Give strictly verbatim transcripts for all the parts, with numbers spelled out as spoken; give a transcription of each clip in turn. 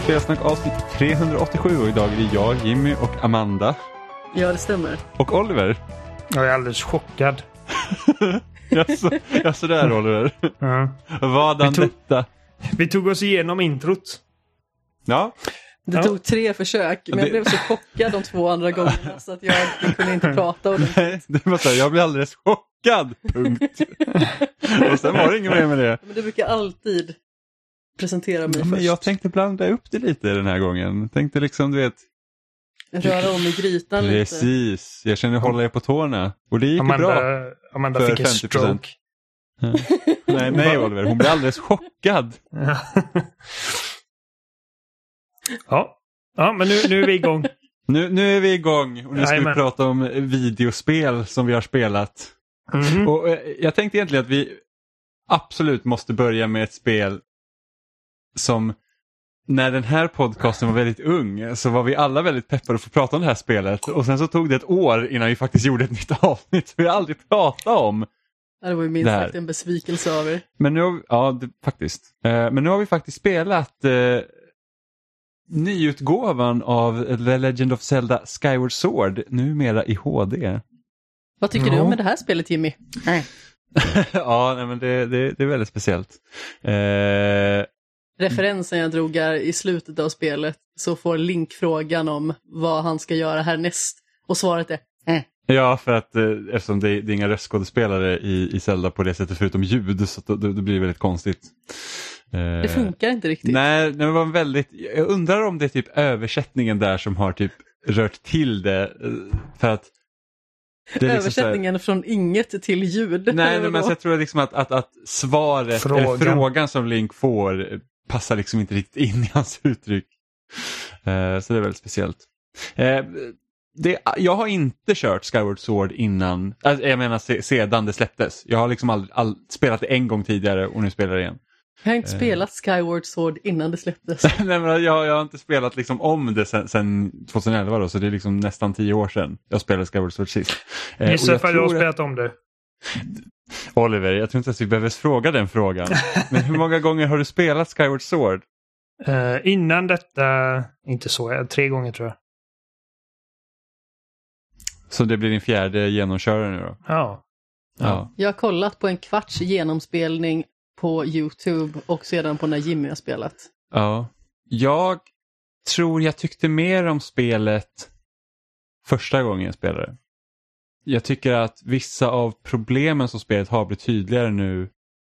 Spelsnack avsnitt trehundraåttiosju och idag är det jag, Jimmy och Amanda. Ja, det stämmer. Och Oliver. Jag är alldeles chockad. ja, så, ja, så där Oliver. Ja. Vadan tog, detta? Vi tog oss igenom introt. Ja. Det ja. tog tre försök, men det... jag blev så chockad de två andra gångerna så att jag, jag kunde inte prata ordentligt. Nej, det var så här, jag blev alldeles chockad. Punkt. Och sen var det inget mer med det. Men du brukar alltid presentera mig ja, först. Men jag tänkte blanda upp det lite den här gången. Tänkte liksom, du vet... Röra om i grytan Precis. lite. Precis. Jag känner hålla er på tårna. Och det gick Amanda, bra. Amanda fick en stroke. Ja. nej, nej Oliver. Hon blev alldeles chockad. ja. Ja, men nu, nu är vi igång. nu, nu är vi igång. Och nu ska Jajamän. vi prata om videospel som vi har spelat. Mm-hmm. Och eh, jag tänkte egentligen att vi absolut måste börja med ett spel som... När den här podcasten var väldigt ung så var vi alla väldigt peppade att få prata om det här spelet. Och sen så tog det ett år innan vi faktiskt gjorde ett nytt avsnitt. Vi har aldrig pratat om ja, det var ju minst sagt en besvikelse av er. Men nu har vi, ja, det, faktiskt. Eh, men nu har vi faktiskt spelat eh, nyutgåvan av The Legend of Zelda Skyward Sword, numera i H D. Vad tycker ja. du om det här spelet, Jimmy? Nej. ja, nej, men det, det, det är väldigt speciellt. Eh, Referensen jag drog är i slutet av spelet så får Link frågan om vad han ska göra härnäst. Och svaret är eh. Ja, för att eh, eftersom det, det är inga röstskådespelare i, i Zelda på det sättet förutom ljud så då, då blir det väldigt konstigt. Eh, det funkar inte riktigt. Nej, det var väldigt... Jag undrar om det är typ översättningen där som har typ rört till det. För att... Det är översättningen liksom här... från inget till ljud. Nej, men jag tror liksom att, att, att svaret, frågan. eller frågan som Link får passar liksom inte riktigt in i hans uttryck. Uh, så det är väldigt speciellt. Uh, det, jag har inte kört Skyward Sword innan, alltså, jag menar se, sedan det släpptes. Jag har liksom all, all, spelat det en gång tidigare och nu spelar det igen. Jag har inte uh. spelat Skyward Sword innan det släpptes. Nej, men jag, jag har inte spelat liksom om det sen, sen tjugoelva då, så det är liksom nästan tio år sedan jag spelade Skyward Sword sist. Uh, Gissa för du har spelat om det. Oliver, jag tror inte att vi behöver fråga den frågan. Men hur många gånger har du spelat Skyward Sword? Uh, innan detta, inte så, tre gånger tror jag. Så det blir din fjärde genomkörare nu då? Ja. ja. Jag har kollat på en kvarts genomspelning på YouTube och sedan på när Jimmy har spelat. Ja. Jag tror jag tyckte mer om spelet första gången jag spelade. Jag tycker att vissa av problemen som spelet har blir tydligare nu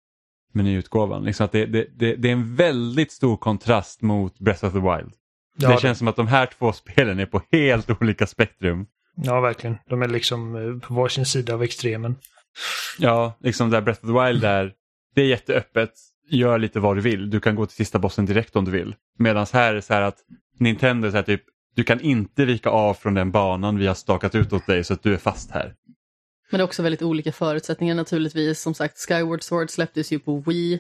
med nyutgåvan. Liksom att det, det, det, det är en väldigt stor kontrast mot Breath of the Wild. Ja, det, det känns som att de här två spelen är på helt olika spektrum. Ja, verkligen. De är liksom på varsin sida av extremen. Ja, liksom där Breath of the Wild där, det är jätteöppet. Gör lite vad du vill. Du kan gå till sista bossen direkt om du vill. Medan här är det så här att Nintendo är så här typ, du kan inte vika av från den banan vi har stakat ut åt dig så att du är fast här. Men det är också väldigt olika förutsättningar naturligtvis. Som sagt, Skyward Sword släpptes ju på Wii.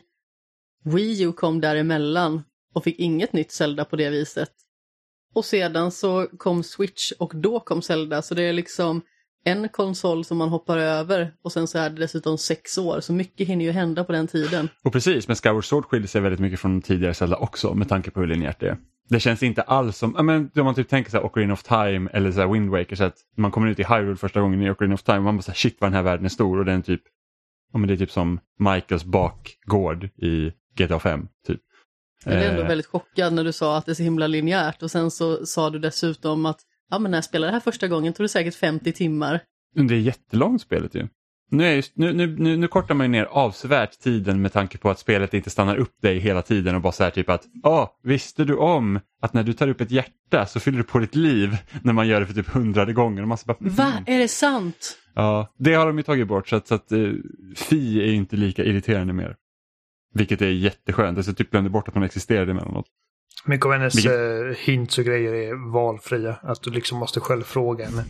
Wii U kom däremellan och fick inget nytt Zelda på det viset. Och sedan så kom Switch och då kom Zelda. Så det är liksom en konsol som man hoppar över och sen så är det dessutom sex år. Så mycket hinner ju hända på den tiden. Och precis, men Skyward Sword skiljer sig väldigt mycket från tidigare Zelda också med tanke på hur linjärt det är. Det känns inte alls som, ja men om man typ tänker så här Ocarina of Time eller så här Wind Waker så att man kommer ut i Hyrule första gången i Ocarina of Time och man bara så här, shit vad den här världen är stor och den typ, ja men det är typ som Michaels bakgård i G T A fem typ. Jag blev ändå eh. väldigt chockad när du sa att det är så himla linjärt och sen så sa du dessutom att ja men när jag spelade det här första gången tog det säkert femtio timmar. Det är jättelångt spelet ju. Nu, är just, nu, nu, nu, nu kortar man ju ner avsevärt tiden med tanke på att spelet inte stannar upp dig hela tiden och bara så här typ att ja, visste du om att när du tar upp ett hjärta så fyller du på ditt liv när man gör det för typ hundrade gånger. Och man bara, mm. Va? Är det sant? Ja, det har de ju tagit bort så att, så att uh, Fi är inte lika irriterande mer. Vilket är jätteskönt. Alltså typ glömde bort att man existerade emellanåt. Mycket av hennes Vilket... uh, hints och grejer är valfria. Att du liksom måste själv fråga henne.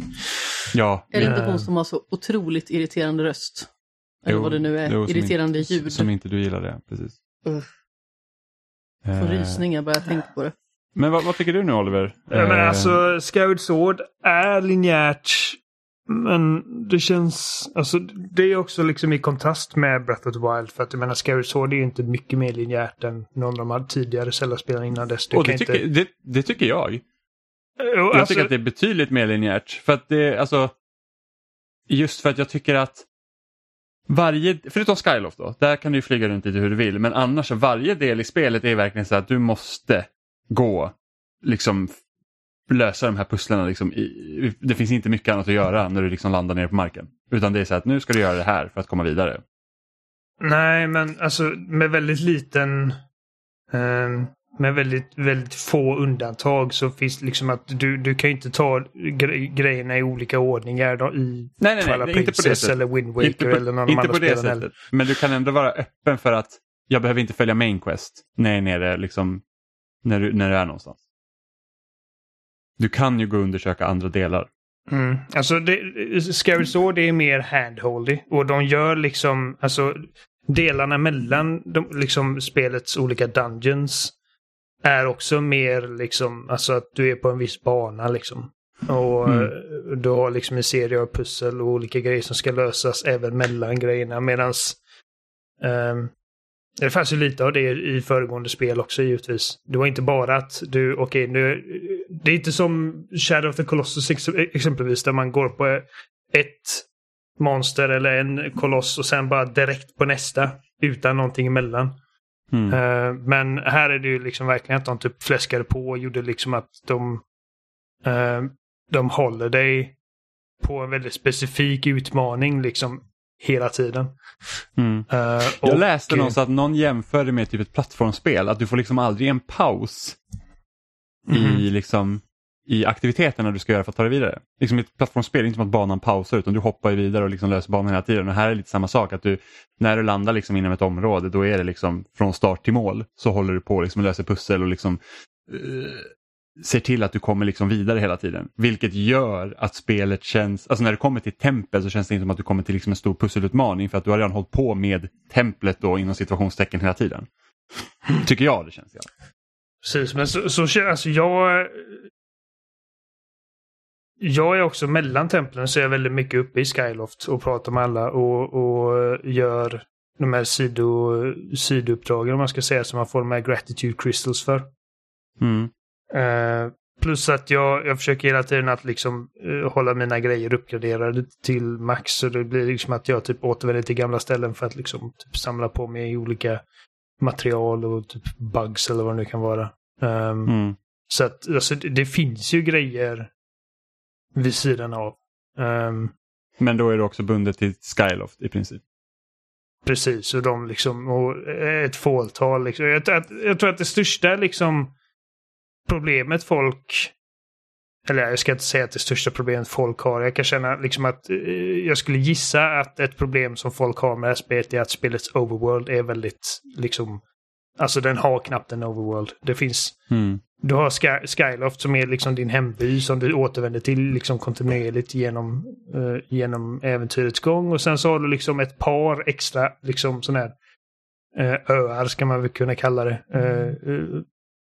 Ja. Är det inte hon som har så otroligt irriterande röst? Eller jo, vad det nu är. Jo, irriterande inte, ljud. Som inte du gillar det, precis. Uh. Får uh. rysningar bara jag tänker på det. Men vad, vad tycker du nu Oliver? Ja, men alltså Skyward Sword är linjärt Men det känns, alltså det är också liksom i kontrast med Breath of the Wild, för att jag menar Skyward Sword är ju inte mycket mer linjärt än någon av de här tidigare Zelda-spelen innan dess. Du Och det, kan tycker, inte... det, det tycker jag. Jo, Jag alltså... tycker att det är betydligt mer linjärt. För att det, alltså, just för att jag tycker att varje, förutom Skyloft då, där kan du flyga runt lite hur du vill, men annars varje del i spelet är verkligen så att du måste gå, liksom lösa de här pusslarna liksom, i, det finns inte mycket annat att göra när du liksom landar ner på marken, utan det är så att nu ska du göra det här för att komma vidare. Nej, men alltså med väldigt liten eh, med väldigt, väldigt få undantag så finns det liksom att du, du kan ju inte ta gre- grejerna i olika ordningar då, i nej, nej, Twilight nej, inte på det Princess sättet. eller Wind Waker Inte på, eller någon inte annan på det spelen. sättet. Men du kan ändå vara öppen för att jag behöver inte följa main quest när jag är nere, liksom, när, du, när du är någonstans. Du kan ju gå och undersöka andra delar. Mm. Alltså det, Skyward Sword är mer handholdy och de gör liksom alltså delarna mellan de, liksom spelets olika dungeons är också mer liksom alltså att du är på en viss bana liksom. Och mm. du har liksom en serie av pussel och olika grejer som ska lösas även mellan grejerna, medans um, det fanns ju lite av det i föregående spel också givetvis. Det var inte bara att du, okej okay, nu, det är inte som Shadow of the Colossus ex- exempelvis där man går på ett monster eller en koloss och sen bara direkt på nästa utan någonting emellan. Mm. Uh, men här är det ju liksom verkligen att de typ fläskade på och gjorde liksom att de uh, de håller dig på en väldigt specifik utmaning liksom hela tiden. Mm. Uh, jag och, läste någonstans att någon jämförde med typ ett plattformsspel, att du får liksom aldrig en paus mm. i liksom i aktiviteterna du ska göra för att ta dig vidare. Liksom ett plattformsspel är inte som att banan pausar, utan du hoppar ju vidare och liksom löser banan hela tiden. Och här är lite samma sak, att du när du landar liksom inom ett område, då är det liksom från start till mål så håller du på liksom och löser pussel och liksom uh, ser till att du kommer liksom vidare hela tiden. Vilket gör att spelet känns, alltså när du kommer till tempel så känns det inte som att du kommer till liksom en stor pusselutmaning, för att du har redan hållit på med templet då inom situationstecken hela tiden. Tycker jag det känns. Ja. Precis, men så, så alltså jag jag är också mellan templen, så är jag väldigt mycket uppe i Skyloft och pratar med alla och, och gör de här sido, sidouppdragen om man ska säga, som man får de här gratitude crystals för. Mm. Uh, plus att jag, jag försöker hela tiden att liksom uh, hålla mina grejer uppgraderade till max, så det blir liksom att jag typ återvänder till gamla ställen för att liksom typ samla på mig olika material och typ bugs eller vad det nu kan vara. Um, mm. Så att alltså, det, det finns ju grejer vid sidan av. Um, Men då är det också bundet till Skyloft i princip. Precis, och de liksom och ett fåtal liksom. Jag, jag, jag tror att det största liksom problemet folk, eller jag ska inte säga att det största problemet folk har, jag kan känna liksom att eh, jag skulle gissa att ett problem som folk har med det här spelet är att spelets overworld är väldigt liksom, alltså den har knappt en overworld. Det finns, mm. du har Sky, Skyloft som är liksom din hemby som du återvänder till liksom kontinuerligt genom, eh, genom äventyrets gång, och sen så har du liksom ett par extra liksom sån här eh, öar ska man väl kunna kalla det eh, eh,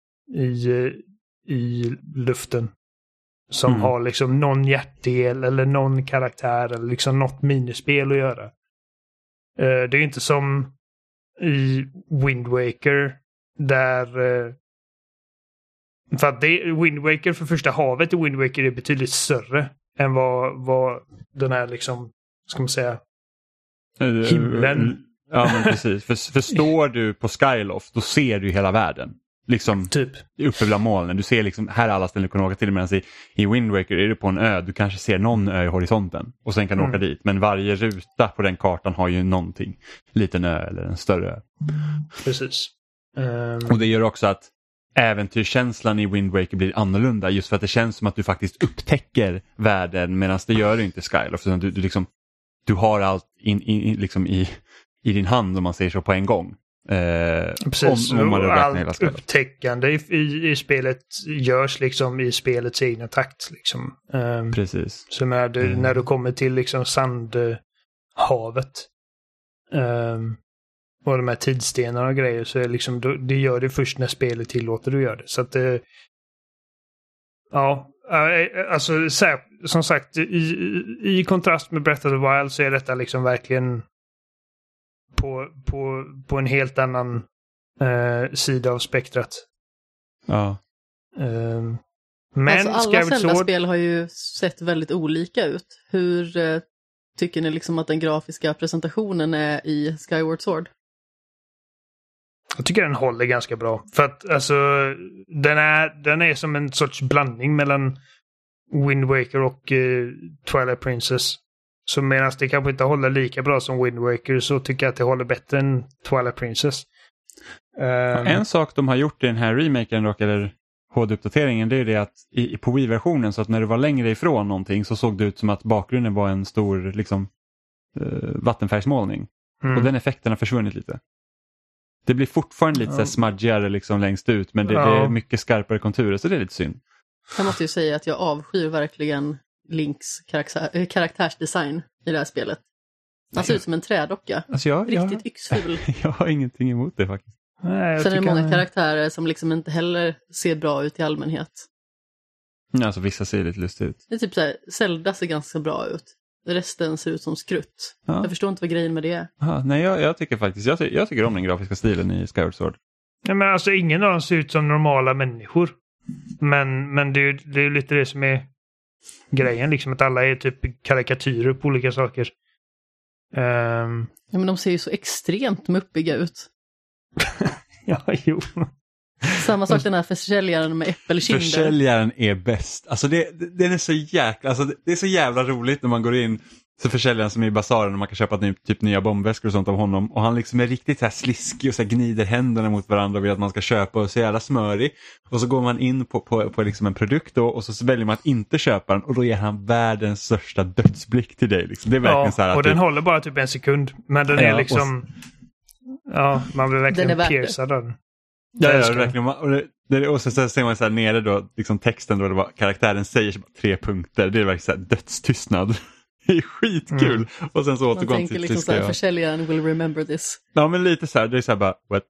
i i luften som mm. har liksom någon hjärtdel eller någon karaktär eller liksom något minispel att göra. Uh, det är inte som i Wind Waker där uh, för att det, Wind Waker för första havet i Wind Waker är betydligt större än vad, vad den här liksom, ska man säga, himlen. Ja, men precis. För, för står du på Skyloft, då ser du hela världen. Liksom typ uppe bland molnen. Du ser liksom, här är alla ställen du kan åka till, medan i, i Wind Waker är du på en ö. Du kanske ser någon ö i horisonten och sen kan du mm. åka dit. Men varje ruta på den kartan har ju någonting. Liten ö eller en större ö. Precis. Um... Och det gör också att äventyrskänslan i Wind Waker blir annorlunda, just för att det känns som att du faktiskt upptäcker världen, medan det gör du inte i Skyloft. Du, du, liksom, du har allt in, in, liksom i, i din hand, om man säger så, på en gång. Eh, Precis, om, om man allt upptäckande i, i, i spelet görs liksom i spelets egna takt liksom. Um, Precis. Så när du, mm. när du kommer till liksom sandhavet um, och de här tidstenarna och grejer, så är liksom, det gör det först när spelet tillåter du gör det. Så att det, ja, alltså som sagt, i, i kontrast med Breath of the Wild så är detta liksom verkligen på, på, på en helt annan uh, sida av spektrat. Ja. Uh, men alltså alla Skyward Zelda-spel har ju sett väldigt olika ut. Hur uh, tycker ni liksom att den grafiska presentationen är i Skyward Sword? Jag tycker den håller ganska bra. För att alltså, den är, den är som en sorts blandning mellan Wind Waker och uh, Twilight Princess. Så medan det kanske inte håller lika bra som Wind Waker så tycker jag att det håller bättre än Twilight Princess. Um, en sak de har gjort i den här remaken dock, eller H D-uppdateringen, det är det att i, på Wii-versionen så att när du var längre ifrån någonting så såg det ut som att bakgrunden var en stor liksom uh, vattenfärgsmålning. mm. Och den effekten har försvunnit lite. Det blir fortfarande lite ja. så smudgigare liksom längst ut, men det, ja. det är mycket skarpare konturer, så det är lite synd. Jag måste ju säga att jag avskyr verkligen Links karaktär, karaktärsdesign i det här spelet. Han ser ut som en trädocka. Alltså jag, Riktigt jag, yxful. Jag har ingenting emot det faktiskt. Nej, Sen är det många han... karaktärer som liksom inte heller ser bra ut i allmänhet. Ja, alltså vissa ser lite lustigt ut. Det är typ så här, Zelda ser ganska bra ut. Resten ser ut som skrutt. Ja. Jag förstår inte vad grejen med det är. Aha, nej, jag, jag tycker faktiskt, jag, ty- jag tycker om den grafiska stilen i Skyward Sword. Ja, men alltså ingen av dem ser ut som normala människor. Men, men det är ju det är lite det som är grejen, liksom att alla är typ karikatyrer på olika saker. Um... Ja, men de ser ju så extremt muppiga ut. Ja, jo. Samma sak den här försäljaren med äppelkinder. Försäljaren är bäst. Alltså det, det, den är så jäkla, alltså det är så jävla roligt när man går in så försäljaren som är i basaren och man kan köpa ny, typ nya bombväskor och sånt av honom. Och han liksom är riktigt så här sliskig och så här gnider händerna mot varandra och vill att man ska köpa och så jävla smörig. Och så går man in på, på, på liksom en produkt då, och så väljer man att inte köpa den och då ger han världens största dödsblick till dig. Liksom. Det är verkligen ja, så här att och den du... håller bara typ en sekund. Men den ja, är liksom... Och... Ja, man blir verkligen piercad av den. Ja, ja, verkligen. Och, det, det, och så, så ser man så här nere då, liksom texten då, det var, karaktären säger så bara tre punkter. Det är verkligen så här dödstystnad. Det är skitkul. Mm. Och sen så återgår man tänker liksom så här, försäljaren will remember this. Ja, men lite så här, det är så här bara, what?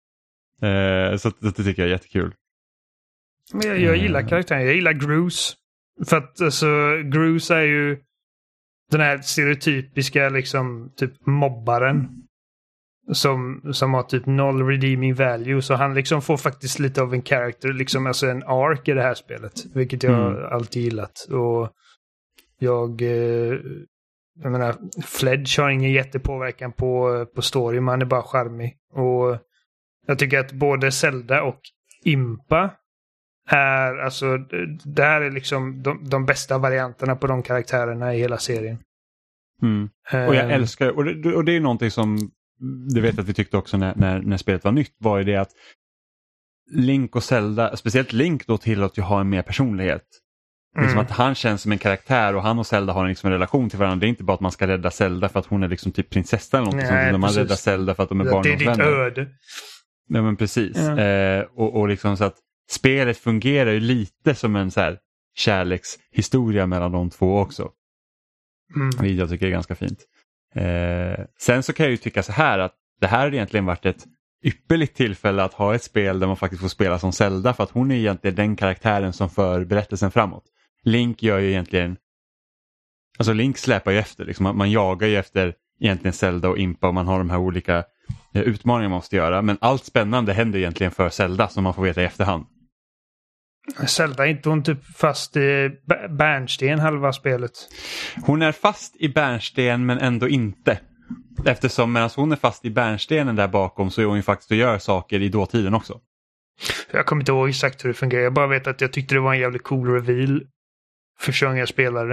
Eh, så det tycker jag är jättekul. Men jag, jag gillar karaktären, jag gillar Groose. För att alltså, Groose är ju den här stereotypiska liksom typ mobbaren. Som, som har typ noll redeeming value. Så han liksom får faktiskt lite av en character, liksom alltså en arc i det här spelet. Vilket jag mm. alltid gillat. Och jag, eh, jag menar, Fledge har ingen jättepåverkan på, på story, men han är bara charmig. Och jag tycker att både Zelda och Impa är, alltså, det här är liksom de, de bästa varianterna på de karaktärerna i hela serien. Mm. Och jag älskar, och det, och det är någonting som du vet att vi tyckte också när, när, när spelet var nytt, var ju det att Link och Zelda, speciellt Link då, tillåter ju ha en mer personlighet. Mm. Liksom att han känns som en karaktär och han och Zelda har liksom en relation till varandra. Det är inte bara att man ska rädda Zelda för att hon är liksom typ prinsessa eller något. Nej, sånt, utan man räddar Zelda för att de är barndomsvänner. Det är ditt öde. Ja, men precis. Ja. Eh, och, och liksom så att spelet fungerar ju lite som en så här kärlekshistoria mellan de två också. Mm. Vilket jag tycker är ganska fint. Eh, sen så kan jag ju tycka så här att det här har egentligen varit ett ypperligt tillfälle att ha ett spel där man faktiskt får spela som Zelda, för att hon är egentligen den karaktären som för berättelsen framåt. Link gör ju egentligen, alltså Link släpar ju efter, liksom, man, man jagar ju efter egentligen Zelda och Impa och man har de här olika eh, utmaningar man måste göra, men allt spännande händer egentligen för Zelda som man får veta i efterhand. Zelda är inte hon typ fast i bärnsten halva spelet? Hon är fast i bärnsten men ändå inte. Eftersom medan hon är fast i bärnstenen där bakom så är hon ju faktiskt och gör saker i dåtiden också. Jag kommer inte ihåg exakt hur det fungerar. Jag bara vet att jag tyckte det var en jävligt cool reveal för så många spelare.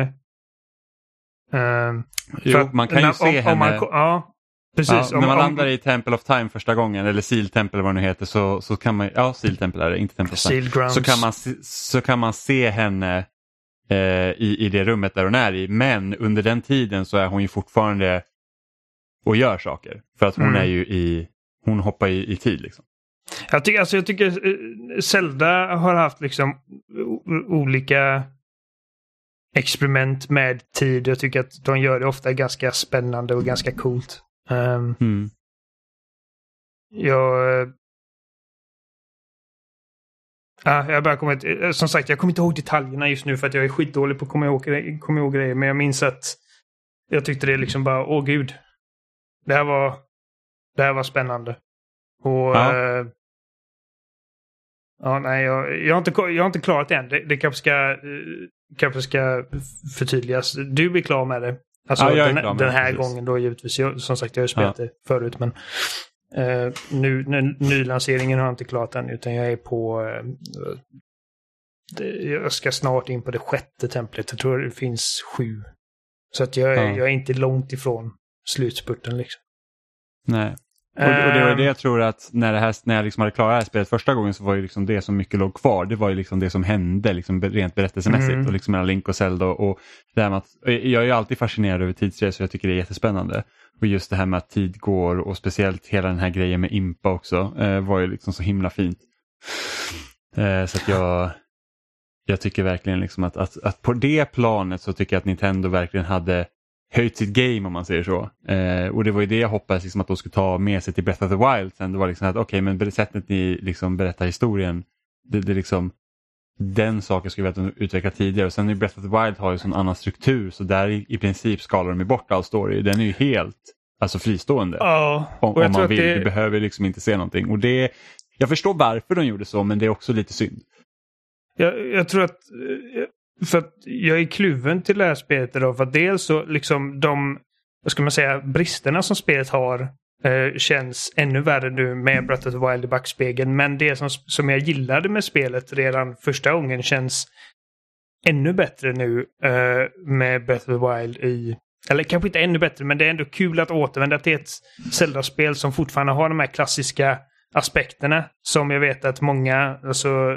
Um, jo, att, man kan ju när, se om, henne... Om man, ja, precis. Ja, om, när man om, landar i Temple of Time första gången, eller Seal Temple vad det nu heter, så, så kan man... Ja, Seal Temple är det, inte Temple of Time. Så kan man, så kan man se henne eh, i, i det rummet där hon är i. Men under den tiden så är hon ju fortfarande och gör saker. För att hon mm. är ju i... Hon hoppar i, i tid liksom. Jag tycker, alltså, jag tycker Zelda har haft liksom o- olika experiment med tid. Jag tycker att de gör det ofta ganska spännande och ganska coolt. Um, mm. Jag... Ja, jag bara kommer, som sagt, jag kommer inte ihåg detaljerna just nu för att jag är skitdålig på att komma ihåg, komma ihåg grejer. Men jag minns att jag tyckte det liksom bara, åh gud. Det här var, det här var spännande. Och ja, eh, ja nej, jag, jag, har inte, jag har inte klarat det än. Det, det kanske ska, kanske ska förtydligas. Du är klar med det. Alltså ja, den, den här precis. gången då givetvis. Jag, som sagt, jag har ju spelat ja. det förut, men Uh, nu, nu, nylanseringen har jag inte klart än, utan jag är på uh, det, jag ska snart in på det sjätte templet. Jag tror det finns sju. Så att jag, ja. jag är inte långt ifrån slutspurten liksom. Nej. Och, och det var det jag tror att när, det här, när jag liksom hade klarat det här spelet första gången, så var ju liksom det som mycket låg kvar. Det var ju liksom det som hände liksom rent berättelsemässigt mm. och liksom mellan Link och Zelda. Och det här med att, jag är ju alltid fascinerad över tidsresor, jag tycker det är jättespännande. Och just det här med att tid går, och speciellt hela den här grejen med Impa också eh, var ju liksom så himla fint. Eh, så att jag jag tycker verkligen liksom att, att, att på det planet så tycker jag att Nintendo verkligen hade höjt sitt game, om man säger så. Eh, och det var ju det jag hoppades liksom, att de skulle ta med sig till Breath of the Wild. Sen det var liksom att okej, okay, men sättet ni liksom berättar historien, det, det liksom den saken skulle vi ha utvecklat tidigare. Och sen i Breath of the Wild har ju en annan struktur, så där i, i princip skalar de bort all story. Den är ju helt alltså fristående. Ja, om om man vill. Det... Du behöver liksom inte se någonting. Och det, jag förstår varför de gjorde så, men det är också lite synd. Jag, jag tror att för att jag är kluven till det här spelet idag, för att dels så liksom de, vad ska man säga, bristerna som spelet har eh, känns ännu värre nu med Breath of the Wild i backspegeln, men det som, som jag gillade med spelet redan första gången känns ännu bättre nu eh, med Breath of the Wild i, eller kanske inte ännu bättre, men det är ändå kul att återvända till ett Zelda-spel som fortfarande har de här klassiska aspekterna som jag vet att många, alltså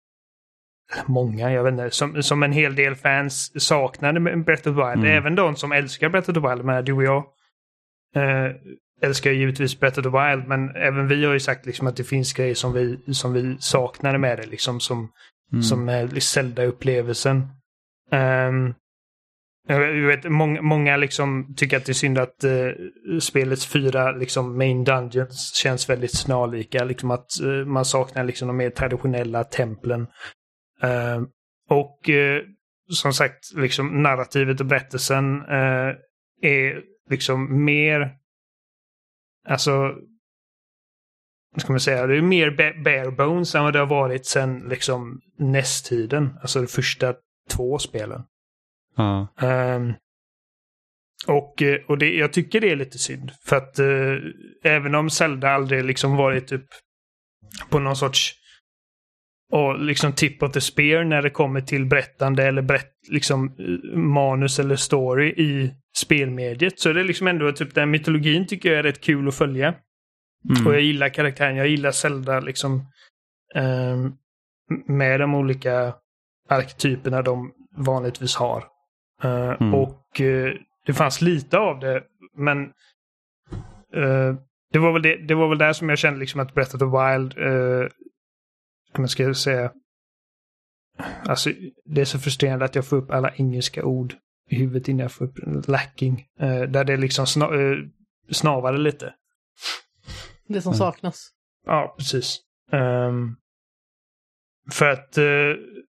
Många, jag vet inte, som, som en hel del fans saknade med Breath of the Wild. Mm. Även de som älskar Breath of the Wild, med du och jag eh, älskar givetvis Breath of the Wild, men även vi har ju sagt liksom att det finns grejer som vi, som vi saknade med det, liksom som, mm. som är Zelda-upplevelsen. Um, jag vet, många, många liksom tycker att det är synd att uh, spelets fyra liksom main dungeons känns väldigt snarlika, liksom att uh, man saknar liksom de mer traditionella templen. Uh, och uh, som sagt, liksom narrativet och berättelsen uh, är liksom mer, alltså vad ska man säga, det är mer ba- bare bones än vad det har varit sen liksom N E S-tiden, alltså de första två spelen. Uh. Um, och och det, jag tycker det är lite synd, för att uh, även om Zelda aldrig liksom varit typ på någon sorts och liksom tip of the spear när det kommer till berättande eller berätt, liksom manus eller story i spelmediet, så är det liksom ändå typ den mytologin tycker jag är rätt kul att följa. Mm. Och jag gillar karaktären, jag gillar Zelda liksom um, med de olika arketyperna de vanligtvis har. Uh, mm. Och uh, det fanns lite av det, men uh, det var väl det, det var väl där som jag kände liksom att Breath of the Wild uh, man ska säga, alltså det är så frustrerande att jag får upp alla engelska ord i huvudet innan jag får upp lacking, uh, där det liksom sna, uh, snavade lite. Det som saknas. Mm. Ja, precis. Um, för att uh,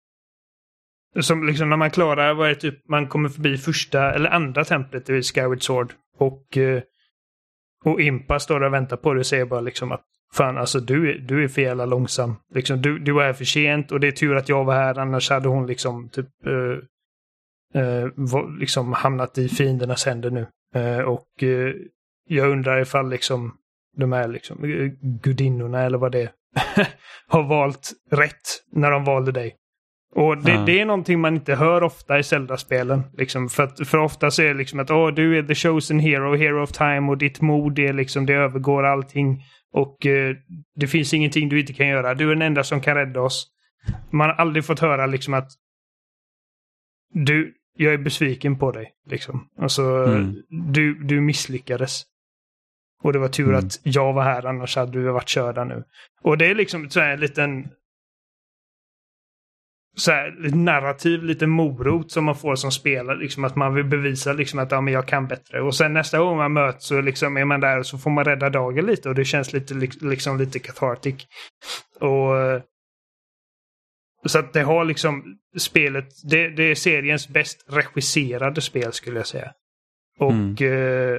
som liksom när man klarar, vad är det typ, man kommer förbi första eller andra templet i Skyward Sword och uh, och Impa står och väntar på det och säger bara liksom att fan, alltså du är, du är för jävla långsam. Liksom, du, du är för sent och det är tur att jag var här, annars hade hon liksom typ uh, uh, var, liksom hamnat i fiendernas händer nu. Uh, och uh, jag undrar ifall liksom de här liksom uh, gudinnorna eller vad det är har valt rätt när de valde dig. Och det, mm. det är någonting man inte hör ofta i Zelda-spelen. Liksom, för, att, för ofta så är det liksom att oh, du är the chosen hero, hero of time, och ditt mod är liksom, det övergår allting. Och eh, det finns ingenting du inte kan göra. Du är den enda som kan rädda oss. Man har aldrig fått höra liksom att du, jag är besviken på dig. Liksom. Alltså, mm. du, du misslyckades. Och det var tur mm. att jag var här, annars hade du varit körda nu. Och det är liksom så här en liten så här, lite narrativ, lite morot som man får som spelare, liksom att man vill bevisa liksom att ja, men jag kan bättre. Och sen nästa gång man möts så liksom är man där och så får man rädda dagen lite och det känns lite liksom lite cathartic. Och Så att det har liksom spelet, det, det är seriens bäst regisserade spel skulle jag säga. Och mm. eh,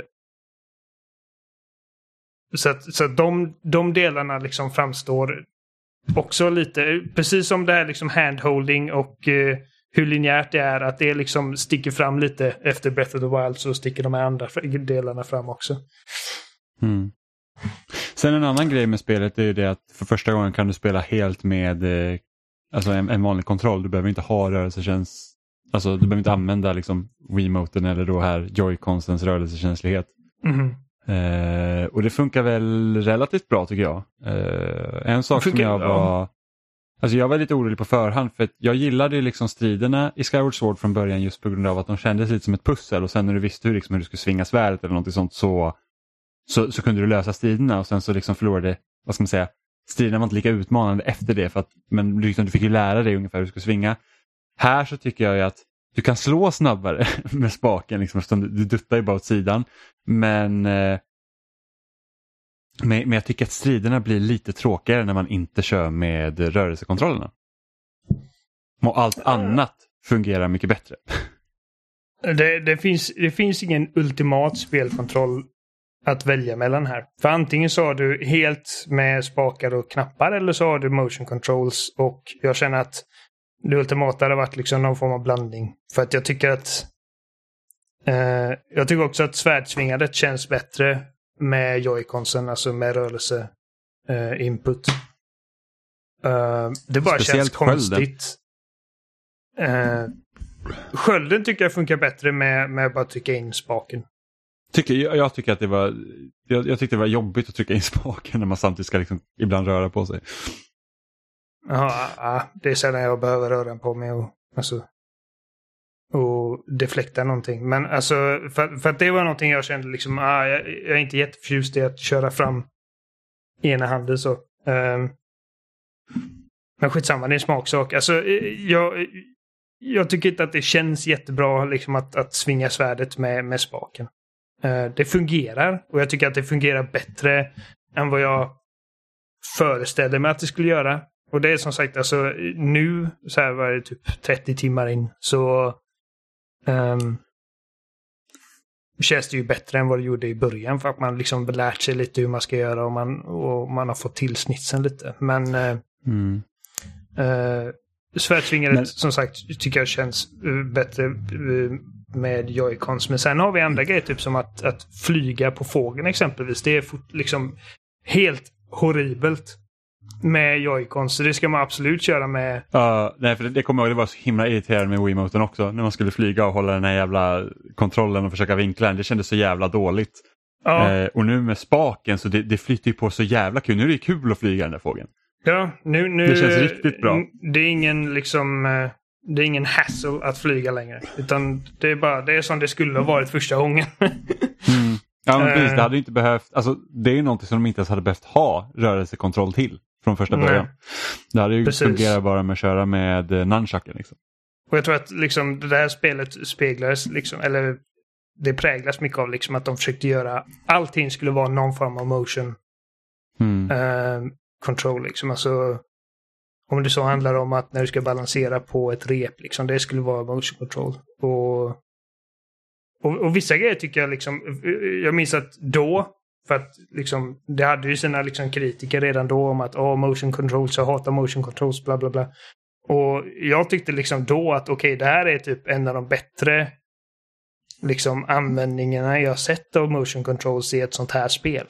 så att, så att de, de delarna liksom framstår också lite, precis som det här liksom handholding och eh, hur linjärt det är, att det liksom sticker fram lite efter Breath of the Wild, så sticker de här andra delarna fram också. Mm. Sen en annan grej med spelet är ju det att för första gången kan du spela helt med eh, alltså en, en vanlig kontroll. Du behöver inte ha rörelsetjänst, alltså du behöver inte använda liksom Wiimoten eller då här Joy-Consens rörelsekänslighet. Mm. Eh, och det funkar väl relativt bra tycker jag. Eh, en sak funkar, som jag var ja. Alltså jag var lite orolig på förhand, för att jag gillade liksom striderna i Skyward Sword från början just på grund av att de kändes lite som ett pussel, och sen när du visste hur, liksom, hur du skulle svinga svärdet eller något sånt så, så, så kunde du lösa striderna, och sen så liksom förlorade, vad ska man säga, striderna var inte lika utmanande efter det, för att, men liksom, du fick ju lära dig ungefär hur du skulle svinga. Här så tycker jag ju att du kan slå snabbare med spaken, liksom, eftersom du, du duttar ju bara åt sidan, men eh, Men, men jag tycker att striderna blir lite tråkigare när man inte kör med rörelsekontrollerna. Och allt annat fungerar mycket bättre. Det, det, finns, det finns ingen ultimat spelkontroll att välja mellan här. För antingen så har du helt med spakar och knappar, eller så har du motion controls, och jag känner att det ultimata hade varit liksom någon form av blandning. För att jag tycker att eh, jag tycker också att svärdsvingandet känns bättre med Joy-Consen, alltså med rörelse uh, input. Uh, det bara Speciellt känns konstigt. Uh, skölden tycker jag funkar bättre med, med att bara trycka in spaken. Tycker, jag, jag tycker att det var jag, jag tyckte det var jobbigt att trycka in spaken när man samtidigt ska liksom ibland röra på sig. Ja, uh, uh, det är sällan jag behöver röra på mig och alltså och deflekta någonting. Men alltså, för, för att det var någonting jag kände liksom, ah, jag, jag är inte jätteförtjust i att köra fram ena handen så. Um, men skitsamma, det är en smaksak. Alltså, jag, jag tycker inte att det känns jättebra liksom att, att svinga svärdet med, med spaken. Uh, det fungerar, och jag tycker att det fungerar bättre än vad jag föreställde mig att det skulle göra. Och det är som sagt, alltså nu så här var det typ trettio timmar in, så Um, känns det ju bättre än vad det gjorde i början, för att man liksom lärt sig lite hur man ska göra, och man, och man har fått till snitsen lite. Men uh, mm. uh, svärdsvingandet Men... som sagt tycker jag känns uh, bättre uh, med Joy-Cons. Men sen har vi andra grejer, typ som att, att flyga på fågeln exempelvis. Det är fort, liksom helt horribelt med Joy-Cons, så det ska man absolut köra med. Ja, uh, nej, för det, det kommer jag ihåg, det var så himla irriterande med Wiimoten också, när man skulle flyga och hålla den här jävla kontrollen och försöka vinkla den. Det kändes så jävla dåligt. Uh. Uh, och nu med spaken så det, det flyter ju på så jävla kul. Nu är det kul att flyga den där fågeln. Ja, nu, nu det känns riktigt bra. Det är ingen liksom det är ingen hassle att flyga längre, utan det är bara det är som det skulle ha varit första gången. mm. Ja, men precis, det hade inte behövt, alltså det är någonting som de inte ens hade behövt ha rörelsekontroll till från första början. Nej. Det hade ju Precis. fungerat bara med att köra med eh, nunchucken liksom. Och jag tror att liksom det här spelet speglades liksom, eller det präglas mycket av liksom att de försökte göra, allting skulle vara någon form av motion mm. eh, control liksom. Alltså om det så handlar om att när du ska balansera på ett rep liksom, det skulle vara motion control. Och, och, och vissa grejer tycker jag liksom, jag minns att då, för att liksom, det hade ju sina liksom kritiker redan då om att oh, motion controls, jag hatar motion controls, bla bla bla. Och jag tyckte liksom då att okej, okay, det här är typ en av de bättre liksom användningarna jag sett av motion controls i ett sånt här spel.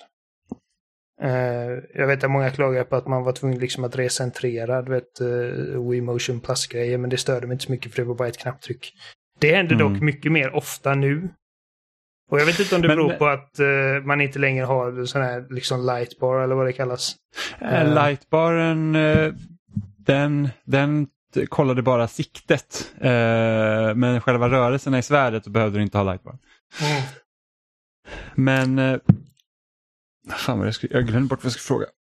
Uh, jag vet att många klagar på att man var tvungen liksom att recentrera, du vet, uh, Wii Motion Plus-grejer, men det störde mig inte så mycket för det var bara ett knapptryck. Det händer mm. dock mycket mer ofta nu. Och jag vet inte om det men, beror på att uh, man inte längre har sån här liksom lightbar eller vad det kallas. Uh, lightbaren, uh, den, den kollade bara siktet. Uh, men själva rörelserna i svärdet så behövde du inte ha lightbar. Mm. Men... Uh, fan vad jag, skulle, jag glömde bort vad jag skulle fråga.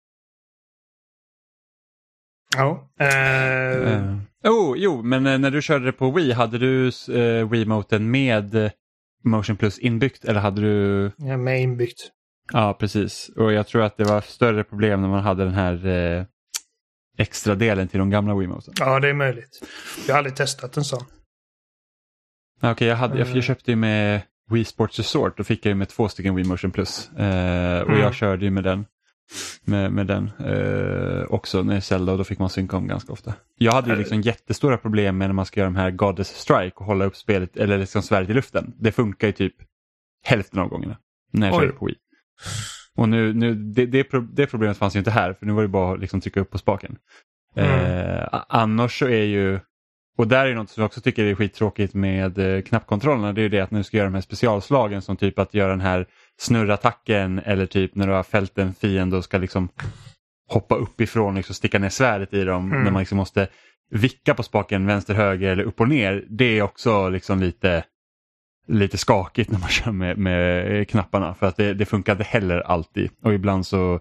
Ja. Uh... Uh. Oh, jo, men uh, när du körde det på Wii, hade du uh, Wiimoten med uh, Motion Plus inbyggt eller hade du... Ja, med inbyggt. Ja, precis. Och jag tror att det var större problem när man hade den här uh, extra delen till de gamla Wiimoten. Ja, det är möjligt. Jag har aldrig testat en sån. Okej, okay, jag, hade, jag, jag köpte ju med Wii Sports Resort. Då fick jag ju med två stycken Wii Motion Plus. Eh, och mm. jag körde ju med den. Med, med den eh, också när jag Zelda, och då fick man synka om ganska ofta. Jag hade ju liksom jättestora problem med när man ska göra de här Goddess Strike och hålla upp spelet, eller liksom svärdet i luften. Det funkar ju typ hälften av gångerna när jag Oj. körde på Wii. Och nu, nu det, det, det problemet fanns ju inte här, för nu var det bara att liksom trycka upp på spaken. Mm. Eh, annars så är ju, och där är något som jag också tycker är skittråkigt med eh, knappkontrollerna, det är ju det att nu ska göra de här specialslagen som typ att göra den här snurrattacken, eller typ när du har fällt en fiende och ska liksom hoppa uppifrån och liksom sticka ner svärdet i dem, mm. när man liksom måste vicka på spaken vänster, höger eller upp och ner. Det är också liksom lite lite skakigt när man kör med, med knapparna, för att det, det funkar inte heller alltid, och ibland så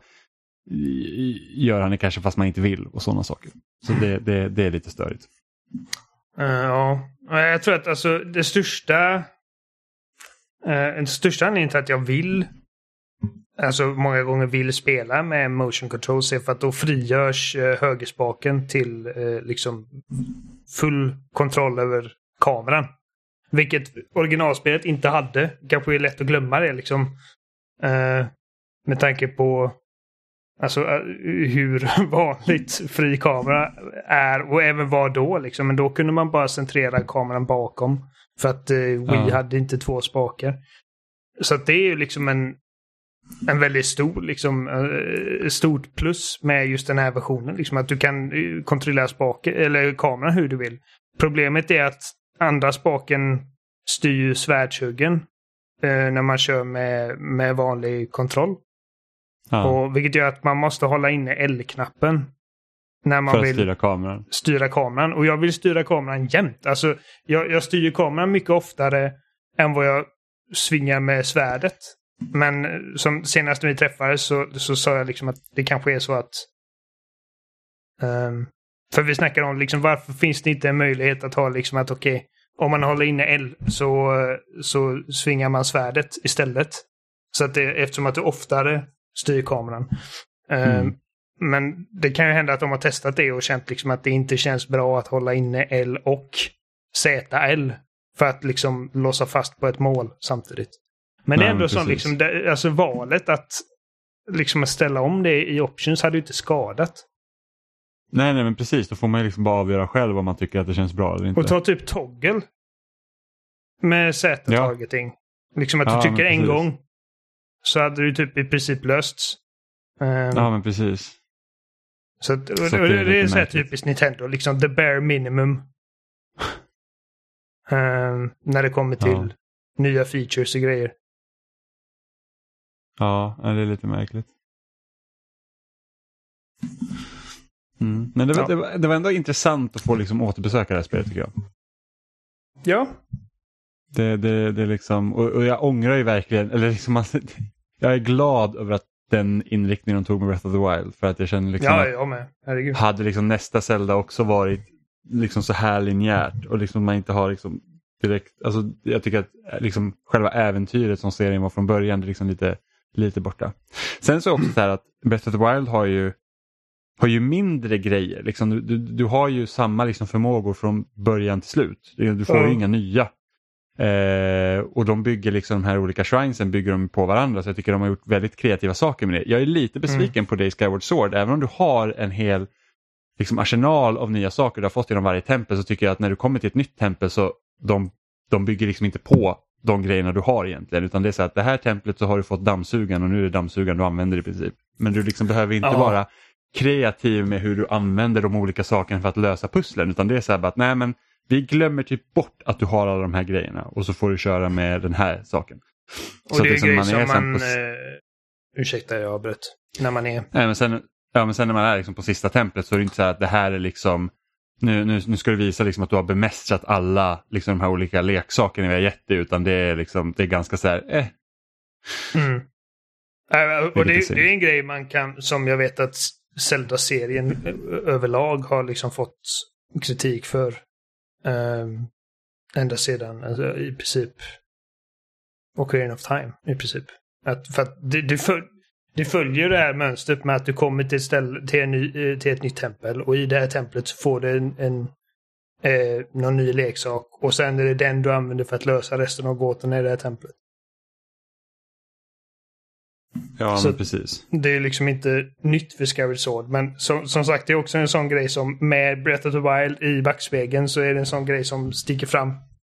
gör han det kanske fast man inte vill och sådana saker. Så det, det, det är lite störigt. Uh, ja, jag tror att alltså det största uh, den största anledningen till att jag vill alltså många gånger vill spela med motion controls är för att då frigörs uh, högerspaken till uh, liksom full kontroll över kameran. Vilket originalspelet inte hade. Kanske är lätt att glömma det liksom. Uh, med tanke på alltså uh, hur vanligt fri kamera är, och även var då liksom. Men då kunde man bara centrera kameran bakom. För att uh, Wii ja. hade inte två spakar. Så att det är ju liksom en en väldigt stor liksom uh, stort plus med just den här versionen. Liksom att du kan uh, kontrollera spaken eller kameran hur du vill. Problemet är att andra spaken styr ju svärdshuggen eh, när man kör med, med vanlig kontroll. Ja. Och, vilket gör att man måste hålla inne L-knappen när man för att vill styra kameran. styra kameran. Och jag vill styra kameran jämt. Alltså, jag, jag styr kameran mycket oftare än vad jag svingar med svärdet. Men som senast när vi träffades så, så sa jag liksom att det kanske är så att um, för vi snackar om liksom varför finns det inte en möjlighet att ha liksom att okej, okay, om man håller inne L så, så svingar man svärdet istället. Så att det, eftersom att du oftare styr kameran. Mm. Um, men det kan ju hända att de har testat det och känt liksom att det inte känns bra att hålla inne L och Z L för att liksom låsa fast på ett mål samtidigt. Men det är ändå som liksom, det, alltså valet att liksom ställa om det i options hade ju inte skadat. Nej, nej, men precis. Då får man ju liksom bara avgöra själv om man tycker att det känns bra eller inte. Och ta typ toggle med Z-targeting. Ja. Liksom att du ja, tycker en gång så hade du typ i princip lösts. Um, ja, men precis. Så, att, så det, det, det är så här typiskt Nintendo. Liksom the bare minimum. um, när det kommer till ja. nya features och grejer. Ja, det är lite märkligt. Mm. Men det var, ja. det, var, det var ändå intressant att få liksom återbesöka det här spelet, tycker jag. Ja. Det, det, det liksom, och, och jag ångrar ju verkligen, eller liksom, alltså, jag är glad över att den inriktningen de tog med Breath of the Wild, för att jag känner liksom ja, jag med. Herregud. Hade liksom nästa Zelda också varit liksom så här linjärt och liksom man inte har liksom direkt, alltså jag tycker att liksom själva äventyret som serien var från början är liksom lite, lite borta. Sen så också så här att Breath of the Wild har ju har ju mindre grejer. Liksom, du, du, du har ju samma liksom förmågor från början till slut. Du får mm. ju inga nya. Eh, och de bygger liksom de här olika shrinesen bygger de på varandra. Så jag tycker de har gjort väldigt kreativa saker med det. Jag är lite besviken mm. på det i Skyward Sword. Även om du har en hel liksom, arsenal av nya saker du har fått genom varje tempel, så tycker jag att när du kommer till ett nytt tempel så de, de bygger liksom inte på de grejerna du har egentligen. Utan det är så att det här templet så har du fått dammsugan och nu är det dammsugan du använder i princip. Men du liksom behöver inte ja. vara kreativ med hur du använder de olika sakerna för att lösa pusslen, utan det är så här bara att nej, men vi glömmer typ bort att du har alla de här grejerna och så får du köra med den här saken. Och så det är liksom, man är som man på... eh, ursäkta jag avbröt när man är nej, men sen, ja, men sen när man är liksom på sista templet så är det inte så här att det här är liksom nu, nu, nu ska du visa liksom att du har bemästrat alla liksom de här olika leksakerna vi har gett dig, utan det är liksom det är ganska så här eh. mm. äh, och det, det är en grej man kan, som jag vet att Zelda-serien överlag har liksom fått kritik för um, ända sedan alltså, i princip Ocarina of Time i princip. Att, för att du, du för, det följer det här mönstret med att du kommer till ett, ställe, till, en ny, till ett nytt tempel och i det här templet så får du en, en eh, någon ny leksak och sen är det den du använder för att lösa resten av gåtorna i det här templet. Ja, så men precis. Det är liksom inte nytt för Skyward Sword, men som, som sagt det är också en sån grej som med Breath of the Wild i backspegeln så är det en sån grej som sticker fram.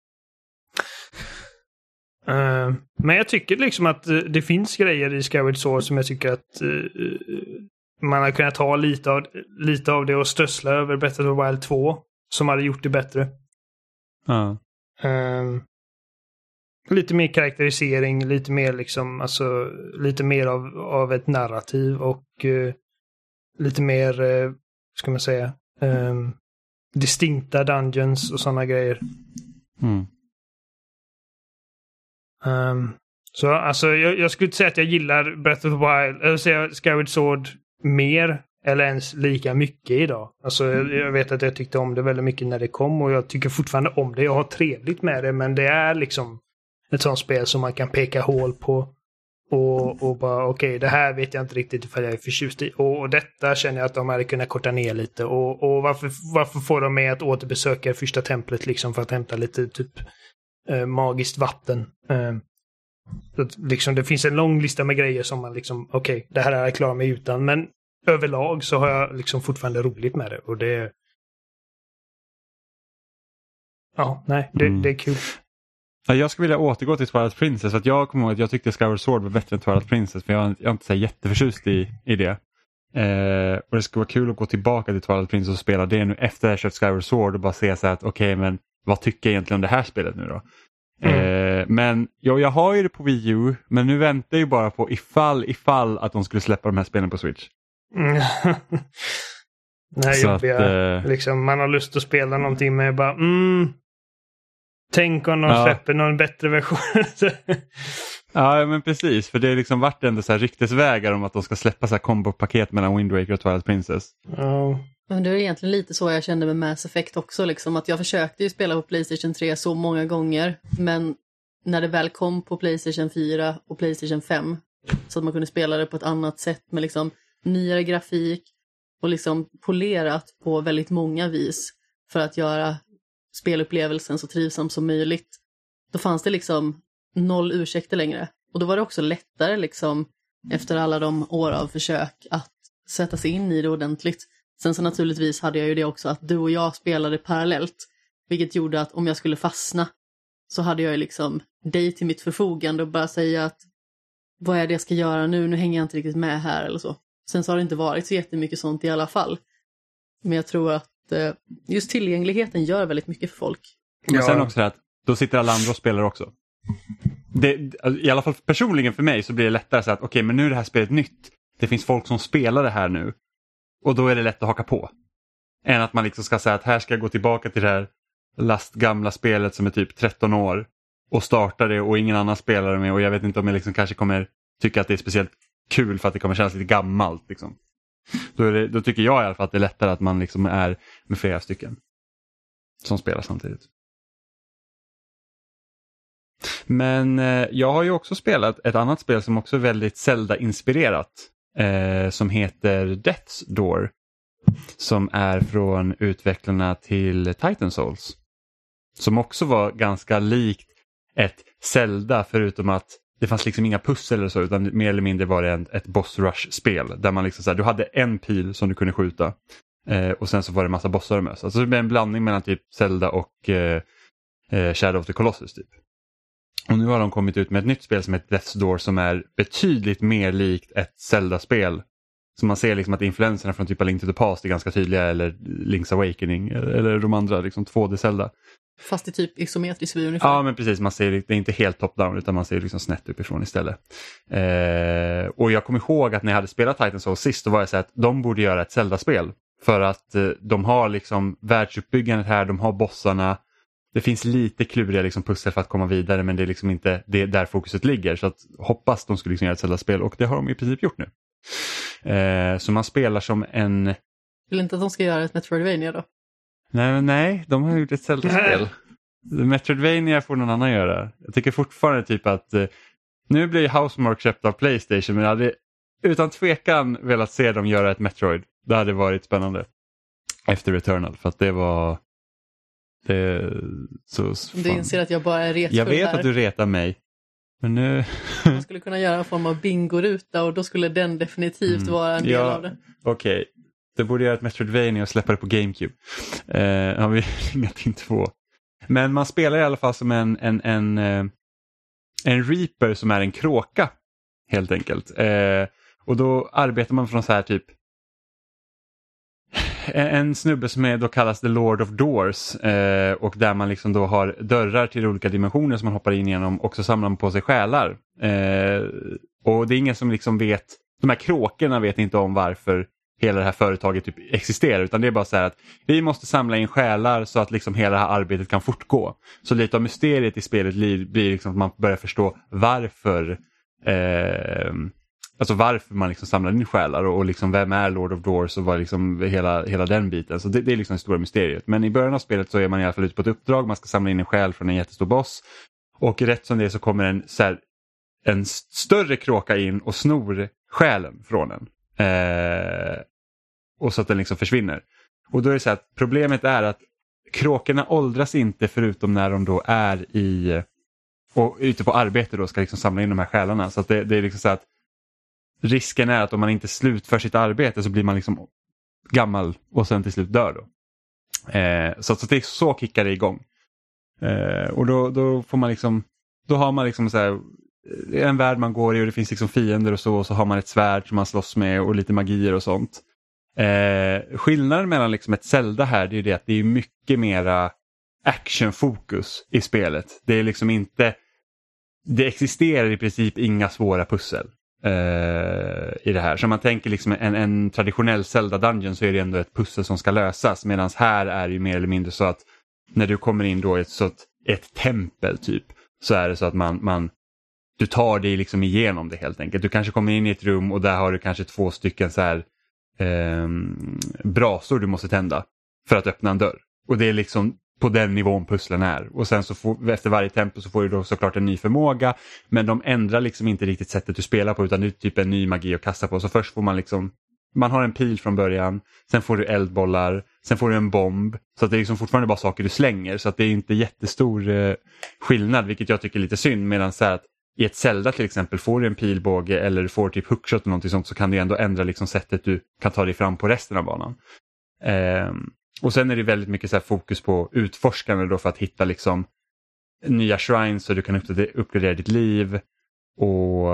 Uh, men jag tycker liksom att uh, det finns grejer i Skyward Sword som jag tycker att uh, man har kunnat ta lite av, lite av det och strössla över Breath of the Wild två som hade gjort det bättre. Ja. Uh, lite mer karaktärisering, lite mer liksom alltså lite mer av, av ett narrativ och uh, lite mer uh, ska man säga um, distinkta dungeons och sådana grejer. Mm. Um, så alltså jag, jag skulle inte säga att jag gillar Breath of the Wild eller säga Skyward Sword mer eller ens lika mycket idag. Alltså jag, jag vet att jag tyckte om det väldigt mycket när det kom och jag tycker fortfarande om det. Jag har trevligt med det, men det är liksom ett sånt spel som man kan peka hål på och, och bara okej, okay, det här vet jag inte riktigt ifall jag är förtjust i. Och, och detta känner jag att de hade kunnat korta ner lite. Och, och varför, varför får de med att återbesöka första templet liksom för att hämta lite typ eh, magiskt vatten. Eh, så liksom, det finns en lång lista med grejer som man liksom, okej, okay, det här är jag klar mig utan. Men överlag så har jag liksom fortfarande roligt med det. Och det ja, nej, det, mm. det är kul. Jag skulle vilja återgå till Twilight Princess för att jag kommer ihåg att jag tyckte Skyward Sword var bättre än Twilight Princess för jag, jag är inte så jätteförtjust i, i det. Eh, och det skulle vara kul att gå tillbaka till Twilight Princess och spela det nu efter att jag kört Skyward Sword och bara se så här att okej, okay, men vad tycker jag egentligen om det här spelet nu då? Mm. Eh, men ja, jag har ju det på Wii U, men nu väntar jag ju bara på ifall, ifall att de skulle släppa de här spelen på Switch. Mm. Nej, så jobbiga. Att, eh... liksom, man har lust att spela någonting med bara mm, tänk om de ja. släpper någon bättre version. Ja, men precis. För det är liksom varit ändå så här ryktesvägar om att de ska släppa så här kombopaket mellan Wind Waker och Twilight Princess. Ja. Men det är egentligen lite så jag kände med Mass Effect också. Liksom, att jag försökte ju spela på PlayStation tre så många gånger. Men när det väl kom på PlayStation fyra och PlayStation fem så att man kunde spela det på ett annat sätt med liksom nyare grafik och liksom polerat på väldigt många vis för att göra spelupplevelsen så trivsam som möjligt. Då fanns det liksom noll ursäkter längre. Och då var det också lättare liksom efter alla de år av försök att sätta sig in i det ordentligt. Sen så naturligtvis hade jag ju det också att du och jag spelade parallellt. Vilket gjorde att om jag skulle fastna så hade jag ju liksom dig till mitt förfogande och bara säga att vad är det jag ska göra nu? Nu hänger jag inte riktigt med här eller så. Sen så har det inte varit så jättemycket sånt i alla fall. Men jag tror att just tillgängligheten gör väldigt mycket för folk. Men ja. Sen också att då sitter alla andra och spelar också. Det, i alla fall personligen för mig så blir det lättare så att okej, okay, men nu är det här spelet nytt. Det finns folk som spelar det här nu. Och då är det lätt att haka på. Än att man liksom ska säga att här ska jag gå tillbaka till det här lastgamla spelet som är typ tretton år. Och starta det och ingen annan spelar det med. Och jag vet inte om jag liksom kanske kommer tycka att det är speciellt kul för att det kommer kännas lite gammalt liksom. Då, är det, då tycker jag i alla fall att det är lättare att man liksom är med flera stycken som spelar samtidigt. Men eh, jag har ju också spelat ett annat spel som också är väldigt Zelda-inspirerat. Eh, som heter Death's Door. Som är från utvecklarna till Titan Souls. Som också var ganska likt ett Zelda förutom att det fanns liksom inga pussel eller så utan mer eller mindre var det en, ett boss rush-spel. Där man liksom så här, du hade en pil som du kunde skjuta. Eh, och sen så var det en massa bossar att möta. Alltså det blev en blandning mellan typ Zelda och eh, eh, Shadow of the Colossus typ. Och nu har de kommit ut med ett nytt spel som heter Death's Door som är betydligt mer likt ett Zelda-spel. Så man ser liksom att influenserna från typ A Link to the Past är ganska tydliga eller Link's Awakening eller de andra liksom två D Zelda. Fast i typ isometrisk vy ungefär. Ja, men precis. Man ser det är inte helt top-down utan man ser liksom snett uppifrån istället. Eh, och jag kommer ihåg att när jag hade spelat Titan Souls sist då var jag så att de borde göra ett Zelda-spel. För att eh, de har liksom världsuppbyggandet här, de har bossarna. Det finns lite kluriga liksom pussel för att komma vidare men det är liksom inte det där fokuset ligger. Så att hoppas de skulle liksom göra ett Zelda-spel och det har de i princip gjort nu. Eh, så man spelar som en... Vill inte att de ska göra ett Metroidvania då? Nej, nej, de har gjort ett Zelda-spel. Metroidvania får någon annan göra. Jag tycker fortfarande typ att eh, nu blir Housemarque köpt av PlayStation men jag hade utan tvekan velat se dem göra ett Metroid. Det hade varit spännande. Efter Returnal, för att det var... Det, så, du inser att jag bara är retfull. Jag vet här. att du retar mig. Men nu... Man skulle kunna göra en form av bingoruta och då skulle den definitivt mm. vara en del ja, av det. Okej. Okay. Det borde göra ett Metroidvania och släppa det på GameCube. Eh, har vi ringat in två. Men man spelar i alla fall som en, en, en, en, en Reaper som är en kråka. Helt enkelt. Eh, och då arbetar man från så här typ en, en snubbe som är då kallas The Lord of Doors. Eh, och där man liksom då har dörrar till olika dimensioner som man hoppar in genom. Och så samlar man på sig själar. Eh, och det är ingen som liksom vet, de här kråkorna vet inte om varför hela det här företaget typ existerar, utan det är bara så här att vi måste samla in själar så att liksom hela det här arbetet kan fortgå. Så lite av mysteriet i spelet blir, blir liksom att man börjar förstå varför eh, alltså varför man liksom samlar in själar och, och liksom vem är Lord of Doors och vad liksom hela, hela den biten. Så det, det är liksom det stora mysteriet. Men i början av spelet så är man i alla fall ute på ett uppdrag, man ska samla in en själ från en jättestor boss och rätt som det så kommer en, så här, en större kråka in och snor själen från en. Eh, och så att den liksom försvinner. Och då är det så att problemet är att kråkorna åldras inte förutom när de då är i och ute på arbete då ska liksom samla in de här själarna. Så att det, det är liksom så att risken är att om man inte slutför sitt arbete så blir man liksom gammal och sen till slut dör då. Eh, så, så det är så kickar det igång. Eh, och då, då får man liksom, då har man liksom så här en värld man går i och det finns liksom fiender och så, och så har man ett svärd som man slåss med och lite magier och sånt. Eh, skillnaden mellan liksom ett Zelda här, det är det att det är mycket mera actionfokus i spelet. Det är liksom inte, det existerar i princip inga svåra pussel eh, i det här. Så man tänker liksom en, en traditionell Zelda Dungeon så är det ändå ett pussel som ska lösas, medan här är det ju mer eller mindre så att när du kommer in då i ett, så att, ett tempel typ, så är det så att man, man du tar dig liksom igenom det helt enkelt. Du kanske kommer in i ett rum och där har du kanske två stycken så här eh, brasor du måste tända för att öppna en dörr. Och det är liksom på den nivån pusslen är. Och sen så får, efter varje tempo så får du då såklart en ny förmåga, men de ändrar liksom inte riktigt sättet du spelar på, utan det är typ en ny magi att kasta på. Så först får man liksom, man har en pil från början, sen får du eldbollar, sen får du en bomb. Så att det är liksom fortfarande bara saker du slänger, så att det är inte jättestor eh, skillnad, vilket jag tycker är lite synd. Medan så här att i ett Zelda till exempel får du en pilbåge eller får typ hookshot eller någonting sånt, så kan du ändå ändra liksom sättet du kan ta dig fram på resten av banan. Eh, och sen är det väldigt mycket så här fokus på utforskande då för att hitta liksom nya shrines så du kan uppgradera, uppgradera ditt liv och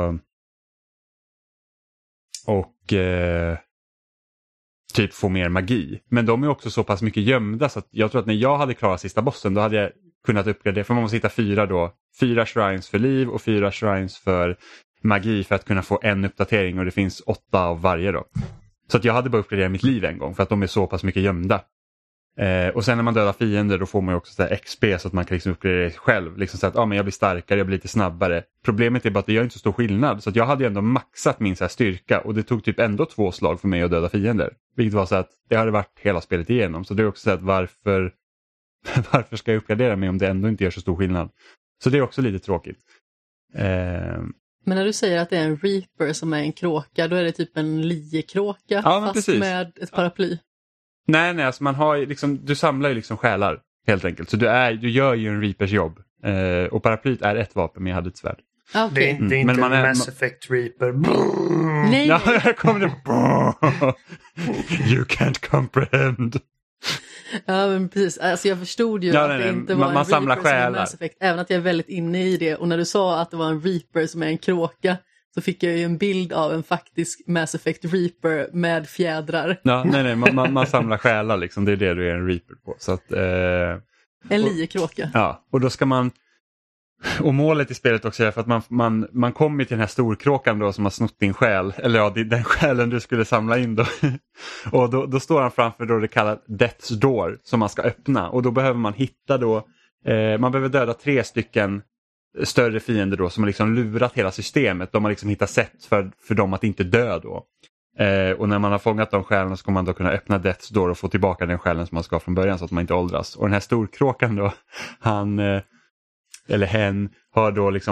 och eh, typ få mer magi. Men de är också så pass mycket gömda så att jag tror att när jag hade klarat sista bossen då hade jag kunnat uppgradera, för man måste hitta fyra då, fyra shrines för liv och fyra shrines för magi för att kunna få en uppdatering, och det finns åtta av varje då. Så att jag hade bara uppgraderat mitt liv en gång för att de är så pass mycket gömda. Eh, och sen när man dödar fiender då får man ju också så här X P så att man kan liksom uppgradera sig själv. Liksom så att ah, men jag blir starkare, jag blir lite snabbare. Problemet är bara att det gör inte så stor skillnad. Så att jag hade ju ändå maxat min så här styrka och det tog typ ändå två slag för mig att döda fiender. Vilket var så att det hade varit hela spelet igenom. Så det är också så att varför, varför ska jag uppgradera mig om det ändå inte gör så stor skillnad. Så det är också lite tråkigt. Eh, Men när du säger att det är en Reaper som är en kråka, då är det typ en liekråka ja, fast precis. med ett paraply. Nej, nej, alltså man har ju liksom, du samlar ju liksom själar helt enkelt. Så du, är, du gör ju en Reapers jobb. Eh, och paraplyt är ett vapen, men jag hade ett svärd. Okay. Det är, det är Mm. inte Men man en är- Mass Effect Reaper. Nej, Ja, här kommer det. You can't comprehend. ja men precis. Alltså jag förstod ju Ja, att nej, det nej, inte man- var en man samlar Reaper som är själar. Mass Effect, även att jag är väldigt inne i det. Och när du sa att det var en Reaper som är en kråka, så fick jag ju en bild av en faktisk Mass Effect Reaper med fjädrar. Ja, nej, nej, man, man, man samlar själar liksom. Det är det du är en Reaper på. Så att, eh, En liekråka. ja, och då ska man... Och målet i spelet också är för att man, man, man kommer till den här storkråkan då som har snott din själ. Eller ja, det är den själen du skulle samla in då. Och då, då står han framför då det kallas Death's Door som man ska öppna. Och då behöver man hitta då... Eh, man behöver döda tre stycken större fiender då som har liksom lurat hela systemet. De har liksom hittat sätt för, för dem att inte dö då. Eh, och när man har fångat de själarna så kommer man då kunna öppna Death's Door och få tillbaka den själen som man ska från början så att man inte åldras. Och den här storkråkan då, han... Eh, eller hen har då liksom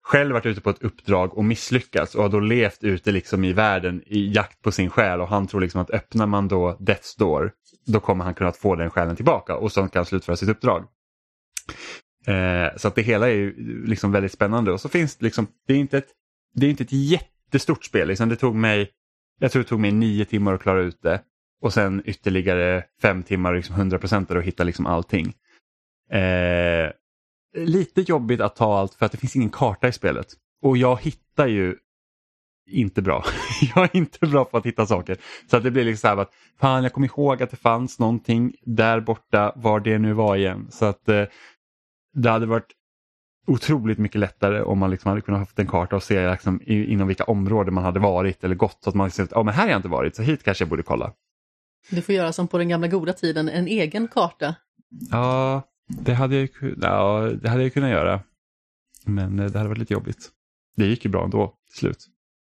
själv varit ute på ett uppdrag och misslyckats och har då levt ute liksom i världen i jakt på sin själ, och han tror liksom att öppnar man då Death's Door, då kommer han kunna få den själen tillbaka och så kan han slutföra sitt uppdrag. Eh, så att det hela är ju liksom väldigt spännande, och så finns det liksom, det är inte ett, det är inte ett jättestort spel liksom. Det tog mig, jag tror det tog mig nio timmar att klara ut det, och sen ytterligare fem timmar liksom hundra procent och hitta liksom allting. Eh, lite jobbigt att ta allt för att det finns ingen karta i spelet, och jag hittar ju inte bra. Jag är inte bra på att hitta saker, så att det blir liksom så här att fan, jag kommer ihåg att det fanns någonting där borta, var det nu var igen, så att eh, det hade varit otroligt mycket lättare om man liksom hade kunnat haft en karta och se liksom inom vilka områden man hade varit eller gått, så att man liksom, ja men här har jag inte varit, så hit kanske jag borde kolla. Du får göra som på den gamla goda tiden, en egen karta. Ja, det hade jag, ja, det hade jag kunnat göra. Men det hade varit lite jobbigt. Det gick ju bra ändå till slut.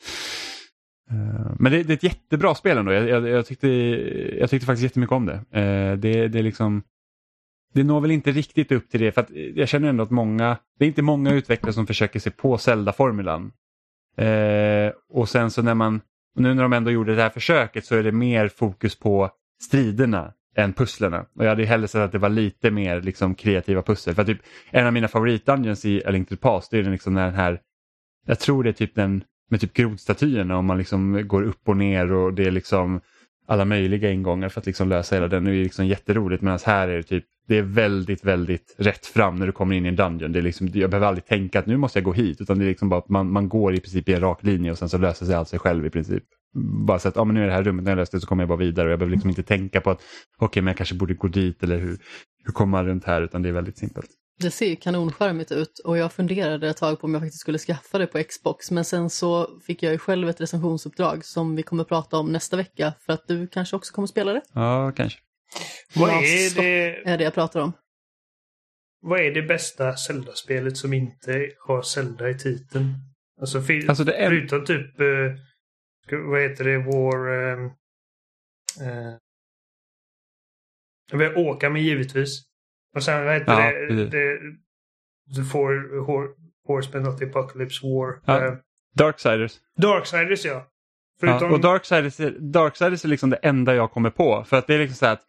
Men det, det är ett jättebra spel ändå. Jag, jag, jag, tyckte, jag tyckte faktiskt jättemycket om det. Det, det är liksom... Det når väl inte riktigt upp till det, för att jag känner ändå att många, det är inte många utvecklare som försöker se på Zelda-formulan. Eh, och sen så när man, nu när de ändå gjorde det här försöket, så är det mer fokus på striderna än pusslerna. Och jag hade hellre sett att det var lite mer liksom kreativa pussel. För typ en av mina favorit-dungeons i A Link to the Past, det är den liksom den här, jag tror det är typ den med typ grodstatyerna, om man liksom går upp och ner och det är liksom alla möjliga ingångar för att liksom lösa hela den. Det är liksom jätteroligt, medan här är det typ, det är väldigt, väldigt rätt fram när du kommer in i en dungeon. Det är liksom, jag behöver aldrig tänka att nu måste jag gå hit, utan det är liksom bara att man, man går i princip i en rak linje och sen så löser sig allt sig själv i princip. Bara så att, ja men nu är det här rummet, när jag löste det så kommer jag bara vidare, och jag behöver liksom inte tänka på att okej, okay, men jag kanske borde gå dit, eller hur, hur kommer man runt här, utan det är väldigt simpelt. Det ser ju kanonskärmigt ut, och jag funderade ett tag på om jag faktiskt skulle skaffa det på Xbox, men sen så fick jag ju själv ett recensionsuppdrag som vi kommer prata om nästa vecka, för att du kanske också kommer spela det. Ja, kanske. Vad är det, är det jag pratar om? Vad är det bästa Zelda-spelet som inte har Zelda i titeln? Alltså, för, alltså det är... förutom typ uh, vad heter det, War uh, uh, jag vill åka med givetvis. Och sen vad heter ja, det, det The Four Hor, Horsemen of the Apocalypse War. Ja, uh, Darksiders. Darksiders, ja. Förutom... ja. Och Darksiders är, Darksiders är liksom det enda jag kommer på, för att det är liksom så här att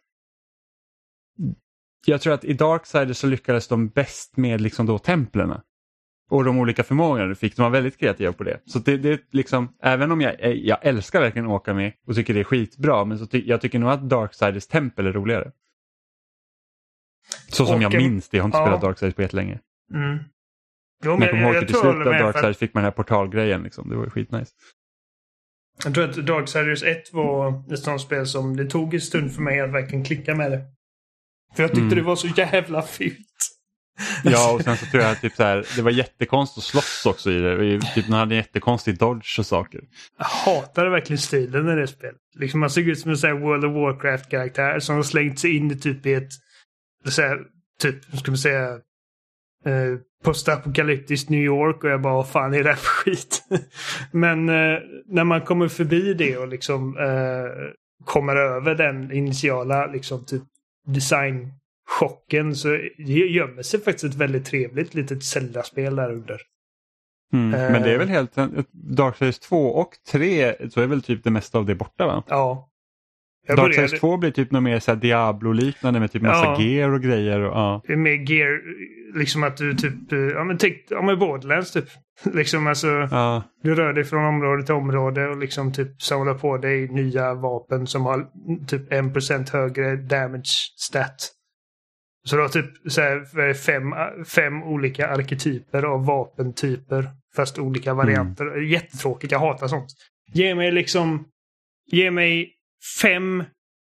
jag tror att i Darksiders så lyckades de bäst med liksom då templerna och de olika förmågorna du fick. De var väldigt kreativa på det. Så det, det är liksom, även om jag, jag älskar verkligen att åka med och tycker det är skitbra, men så ty, jag tycker nog att Darksiders tempel är roligare. Så som och, jag minns det. Jag har inte ja. spelat Darksiders på jättelänge. Mm. Jo, men jag kommer ihåg att i slutet av Darksiders att... fick man den här portalgrejen liksom. Det var ju skitnice. Jag tror att Darksiders ett var ett sånt spel som det tog en stund för mig att verkligen klicka med det. För jag tyckte mm. det var så jävla fult. Ja, och sen så tror jag typ så här, det var jättekonstigt att slåss också i det. Typ man hade jättekonstig dodge och saker. Jag hatade verkligen stilen i det spelet. Liksom man såg ut som en sån här World of Warcraft-karaktär som har slängt sig in i typ i ett så här, typ, ska man säga eh, postapokalyptiskt New York, och jag bara, vad fan är det här för skit? Men eh, när man kommer förbi det och liksom eh, kommer över den initiala liksom typ designchocken, så gömmer sig faktiskt ett väldigt trevligt litet Zelda-spel där under. Mm, uh, men det är väl helt Darksiders två och tre, så är väl typ det mesta av det borta, va? Ja. Darksiders började... två blir typ något mer så här Diablo-liknande med typ massa ja. gear och grejer. Och, ja. Med gear, liksom att du typ, ja men tänk, ja men Borderlands typ. liksom alltså, ja. du rör dig från område till område och liksom typ samlar på dig nya vapen som har typ en procent högre damage stat. Så du har typ så här, fem, fem olika arketyper av vapentyper, fast olika varianter. Mm. Jättetråkigt, jag hatar sånt. Ge mig liksom, ge mig fem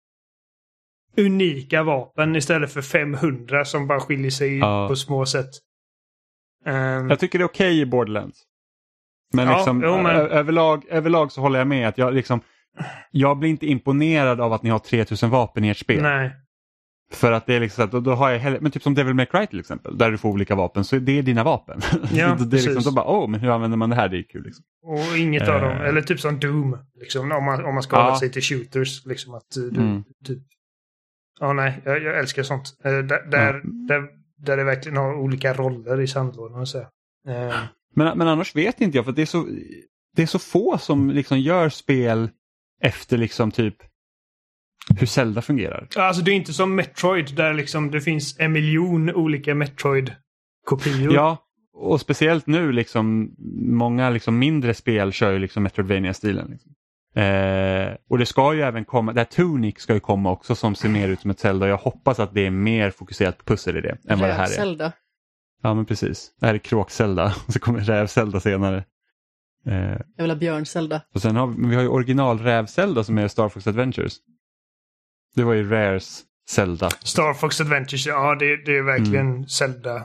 unika vapen istället för femhundra som bara skiljer sig ja. på små sätt. Um, jag tycker det är okej okay i Borderlands. Men, ja, liksom, jo, men... Ö- överlag, överlag så håller jag med att jag liksom, jag blir inte imponerad av att ni har tre tusen vapen i ert spel. Nej. För att det är liksom, då, då har jag hellre, men typ som Devil May Cry till exempel, där du får olika vapen, så det är dina vapen. Ja, det är liksom så bara, åh, oh, men hur använder man det här? Det är kul liksom. Och inget uh, av dem, eller typ som Doom, liksom, om man, om man ska hålla ja. sig till shooters, liksom att du, mm. typ, ja oh, nej, jag, jag älskar sånt. Uh, där, där, mm. där, där det verkligen har olika roller i sandlådan och så. Uh, Men, men annars vet inte jag, för det är så, det är så få som liksom gör spel efter liksom typ hur Zelda fungerar. Alltså det är inte som Metroid där liksom det finns en miljon olika Metroid-kopior. Ja, och speciellt nu liksom många liksom mindre spel kör ju liksom Metroidvania-stilen. Liksom. Eh, och det ska ju även komma, det här Tunic ska ju komma också som ser mer ut som ett Zelda. Jag hoppas att det är mer fokuserat på pussel i det än vad det här är. Zelda. Ja, men precis. Det här är Kråk-Zelda och så kommer Räv-Zelda senare. Eh, jag vill ha Björn-Zelda. Och sen har vi, vi har ju original Räv-Zelda som är Star Fox Adventures. Det var ju Rares Zelda. Star Fox Adventures, ja det, det är verkligen mm. Zelda.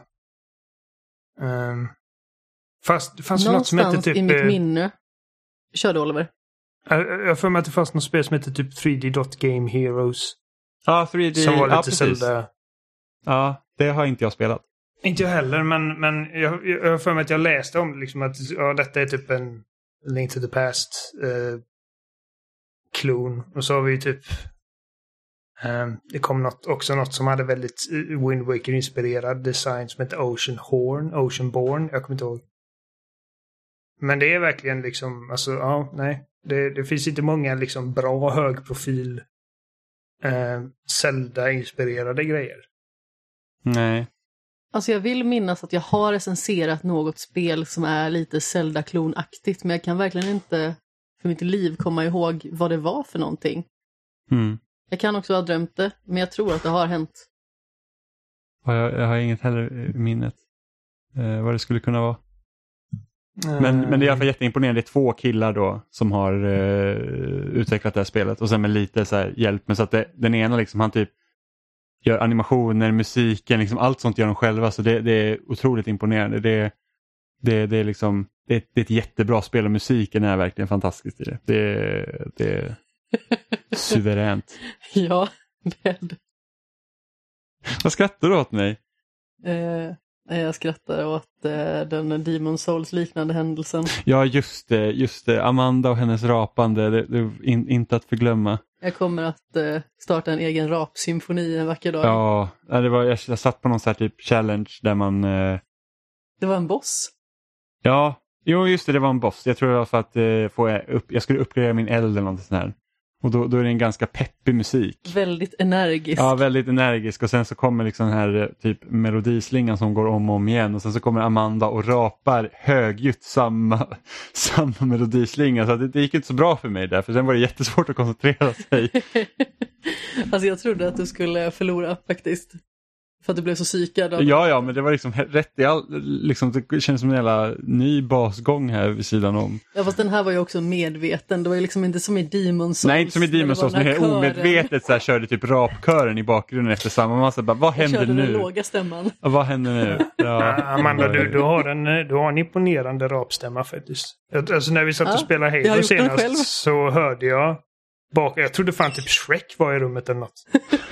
Um, fast det fanns något som hette typ... i mitt minne. Kör du, Oliver? Jag, jag får med att det fanns något spel som hette typ tre D Dot Game Heroes. Ja, tre D. Som var lite ja, Zelda. Ja, det har inte jag spelat. Inte jag heller, men, men jag, jag har för mig att jag läste om liksom att ja, detta är typ en Link to the Past eh, klon. Och så har vi typ Um, det kom något, också något som hade väldigt uh, Wind Waker-inspirerad design som heter Ocean Horn, Ocean Born, jag kommer inte ihåg. Men det är verkligen liksom, alltså ja, nej. Det, det finns inte många liksom bra högprofil uh, Zelda-inspirerade grejer. Nej. Alltså jag vill minnas att jag har recenserat något spel som är lite Zelda-klonaktigt, men jag kan verkligen inte för mitt liv komma ihåg vad det var för någonting. Mm. Jag kan också ha drömt det, men jag tror att det har hänt. Ja, jag, jag har inget heller i minnet eh, vad det skulle kunna vara. Mm. Men, men det är i alla fall jätteimponerande. Det är två killar då som har eh, utvecklat det här spelet. Och sen med lite så här hjälp. Men så att det, den ena liksom, han typ gör animationer, musiken, liksom allt sånt gör de själva. Så det, det är otroligt imponerande. Det, det, det är liksom det är, det är ett jättebra spel och musiken är verkligen fantastisk i det. Det, det är suveränt. Ja, med. Vad skrattar du åt mig? Eh, jag skrattar åt eh, den Demon Souls liknande händelsen. Ja, just det. Just det. Amanda och hennes rapande. Det, det är in, inte att förglömma. Jag kommer att eh, starta en egen rapsymfoni en vacker dag. Ja, det var, jag, jag satt på någon sån här typ challenge där man... Eh... Det var en boss. Ja, jo just det, det var en boss. Jag tror det var för att eh, få upp, jag skulle uppgradera min eld eller något sånt här. Och då, då är det en ganska peppig musik. Väldigt energisk. Ja, väldigt energisk. Och sen så kommer liksom den här typ melodislingan som går om och om igen. Och sen så kommer Amanda och rapar högljutt samma, samma melodislinga. Så det, det gick inte så bra för mig där. För sen var det jättesvårt att koncentrera sig. Alltså jag trodde att du skulle förlora faktiskt. För att du blev så psykad. Av... Ja, ja, men det var liksom rätt i all... Liksom, det kändes som en jävla ny basgång här vid sidan om. Ja, fast den här var ju också medveten. Det var ju liksom inte som i Demon Souls. Nej, inte som i Demon Souls, men helt omedvetet så här, körde typ rapkören i bakgrunden efter samma massa. Bara, vad händer nu? Den låga stämman. Ja, vad händer nu? Ja, Amanda, du, du, har en, du har en imponerande rapstämma faktiskt. Alltså när vi satt och ja, spelade Halo senast så hörde jag bak... Jag trodde fan typ Shrek var i rummet eller något.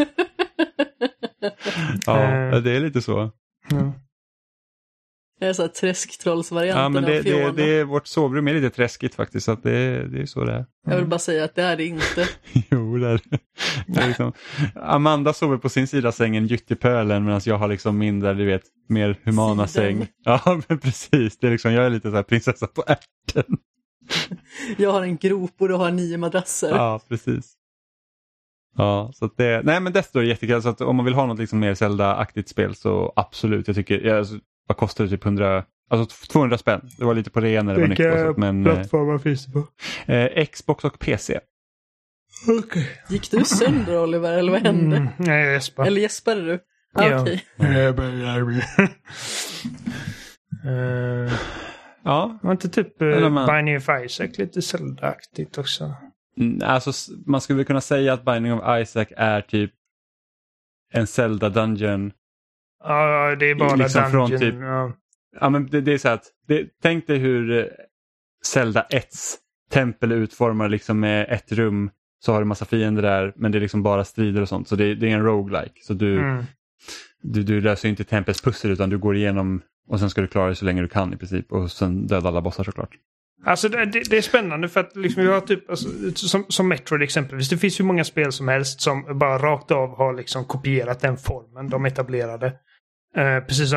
Ja, det är lite så. Ja. Det är så här träsktrollsvarianten ja, men det, av Fiona. Det, det är vårt sovrum är lite träskigt faktiskt. Så att det, det är så det är. Mm. Jag vill bara säga att det är det inte. Jo, det är det. Är liksom, Amanda sover på sin sida sängen Gyttipölen medan jag har liksom min där, du vet, mer humana Sidan. säng. Ja, men precis. Det är liksom, jag är lite så här prinsessa på ärten. Jag har en grop och du har nio madrasser. Ja, precis. Ja, så att det, nej men Death Door är jättekul, så att om man vill ha något liksom mer Zelda-aktigt spel så absolut, jag tycker, jag, alltså, vad kostar det typ hundra, alltså tvåhundra spänn, det var lite på det när det var nytt. Vilka plattformar finns det på? Eh, Xbox och P C. Okej. Okay. Gick du sönder, Oliver, eller vad hände? Mm, nej, jag gäspade. Eller gäspade du? Ah, ja. Okej. Okay. uh, ja, var inte typ uh, man... Binding of Isaac lite Zelda-aktigt också? Alltså man skulle kunna säga att Binding of Isaac är typ en Zelda Dungeon. Ja, det är bara liksom Dungeon. Från typ, ja. ja, men det, det är så att det, tänk dig hur Zelda etts tempel är utformad liksom med ett rum, så har du massa fiender där, men det är liksom bara strider och sånt, så det, det är en roguelike. Så du, mm. du, du löser inte tempels pussel utan du går igenom och sen ska du klara dig så länge du kan i princip och sen döda alla bossar såklart. Alltså det, det, det är spännande för att liksom vi har typ alltså, som, som Metroid exempelvis. Det finns ju många spel som helst som bara rakt av har liksom kopierat den formen de etablerade. Eh, precis som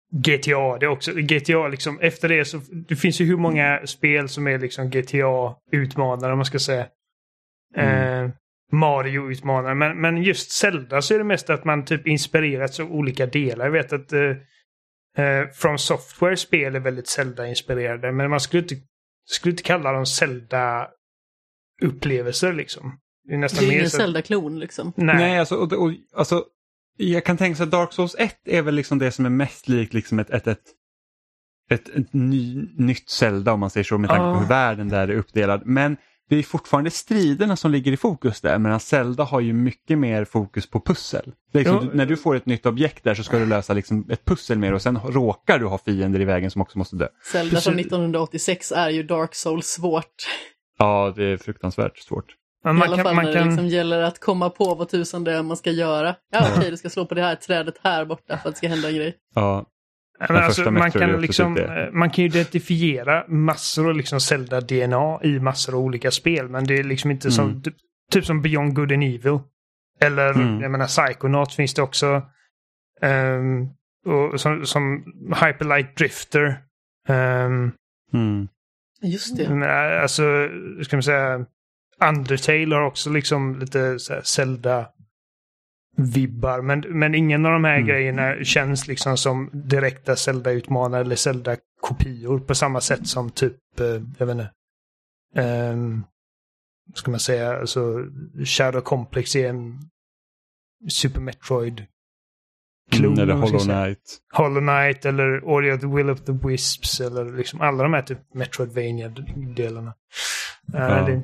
G T A, det är också G T A liksom, efter det så det finns ju hur många spel som är liksom G T A-utmanare om man ska säga. Mm. Eh, Mario-utmanare, men, men just Zelda så är det mest att man typ inspirerats av olika delar. Jag vet att eh, eh, From Software-spel är väldigt Zelda-inspirerade, men man skulle inte, skulle inte kalla dem Zelda-upplevelser liksom. Det är, nästan det är ingen så... Zelda-klon liksom. Nej, Nej alltså, och, och, alltså jag kan tänka sig att Dark Souls ett är väl liksom det som är mest likt liksom ett, ett, ett, ett, ett ny, nytt Zelda om man säger så med tanke på oh. hur världen där är uppdelad. Men det är fortfarande striderna som ligger i fokus där, medan Zelda har ju mycket mer fokus på pussel. Det är liksom, ja. du, när du får ett nytt objekt där så ska du lösa liksom ett pussel med och sen råkar du ha fiender i vägen som också måste dö. Zelda från nittonhundraåttiosex är ju Dark Souls svårt. Ja, det är fruktansvärt svårt. Men man I alla fall kan, man när kan... det liksom gäller att komma på vad tusan det är man ska göra. Ja, okej, okay, du ska slå på det här trädet här borta för att det ska hända en grej. Ja. Men alltså, man, kan liksom, man kan ju identifiera massor av liksom Zelda-D N A i massor av olika spel, men det är liksom inte mm. som typ, typ som Beyond Good and Evil. Eller, mm. jag menar, Psychonaut finns det också. Um, och som, som Hyperlight Drifter. Um, mm. Just det. Men, alltså, ska man säga, Undertale har också liksom lite så här Zelda vibbar, men, men ingen av de här mm. grejerna känns liksom som direkta Zelda-utmanare eller Zelda-kopior på samma sätt som typ, eh, jag vet inte, um, ska man säga, alltså Shadow Complex är en Super Metroid klon, mm, eller Hollow Knight. Hollow Knight eller Ori of the Will of the Wisps eller liksom alla de här typ Metroidvania-delarna. Ja. Uh, det,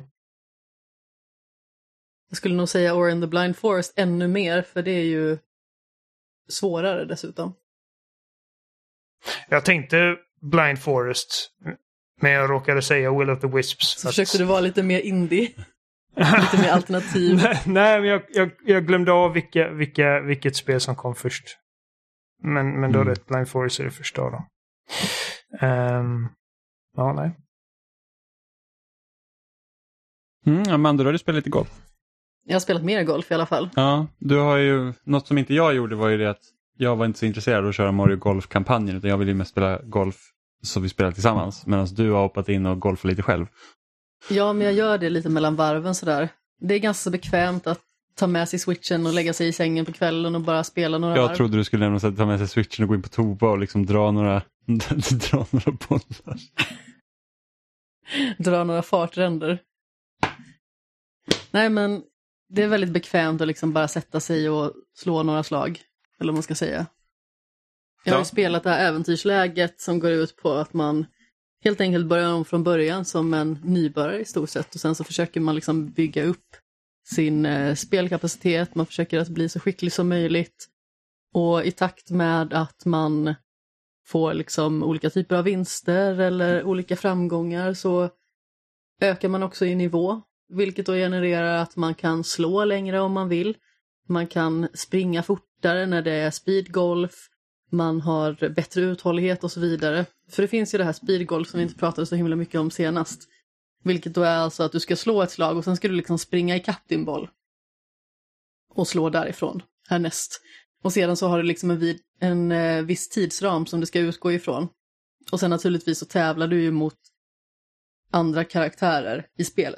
Jag skulle nog säga Ori and the Blind Forest ännu mer, för det är ju svårare dessutom. Jag tänkte Blind Forest, men jag råkade säga Will of the Wisps. Så fast... försökte du vara lite mer indie? Lite mer alternativ? nej, nej, men jag, jag, jag glömde av vilka, vilka, vilket spel som kom först. Men, men då mm. rätt, Blind Forest är det första då. Um, ja, nej. Mm, Amanda, du har du spelat lite golf. Jag har spelat mer golf i alla fall. Ja, du har ju, något som inte jag gjorde var ju det att jag var inte så intresserad av att köra Mario Golf-kampanjen, utan jag ville ju mest spela golf så vi spelar tillsammans, medan du har hoppat in och golfar lite själv. Ja, men jag gör det lite mellan varven sådär. Det är ganska bekvämt att ta med sig switchen och lägga sig i sängen på kvällen och bara spela några jag varv. Jag trodde du skulle nämna att ta med sig switchen och gå in på toba och liksom dra några dra några bollar. dra några fartränder. Nej, men det är väldigt bekvämt att liksom bara sätta sig och slå några slag, eller vad man ska säga. Jag har ju spelat det här äventyrsläget som går ut på att man helt enkelt börjar om från början som en nybörjare i stort sett. Och sen så försöker man liksom bygga upp sin eh, spelkapacitet. Man försöker att bli så skicklig som möjligt. Och i takt med att man får liksom olika typer av vinster eller olika framgångar så ökar man också i nivå. Vilket då genererar att man kan slå längre om man vill. Man kan springa fortare när det är speedgolf. Man har bättre uthållighet och så vidare. För det finns ju det här speedgolf som vi inte pratade så himla mycket om senast. Vilket då är alltså att du ska slå ett slag och sen ska du liksom springa ikapp din boll. Och slå därifrån härnäst. Och sedan så har du liksom en, vid, en eh, viss tidsram som du ska utgå ifrån. Och sen naturligtvis så tävlar du ju mot andra karaktärer i spelet.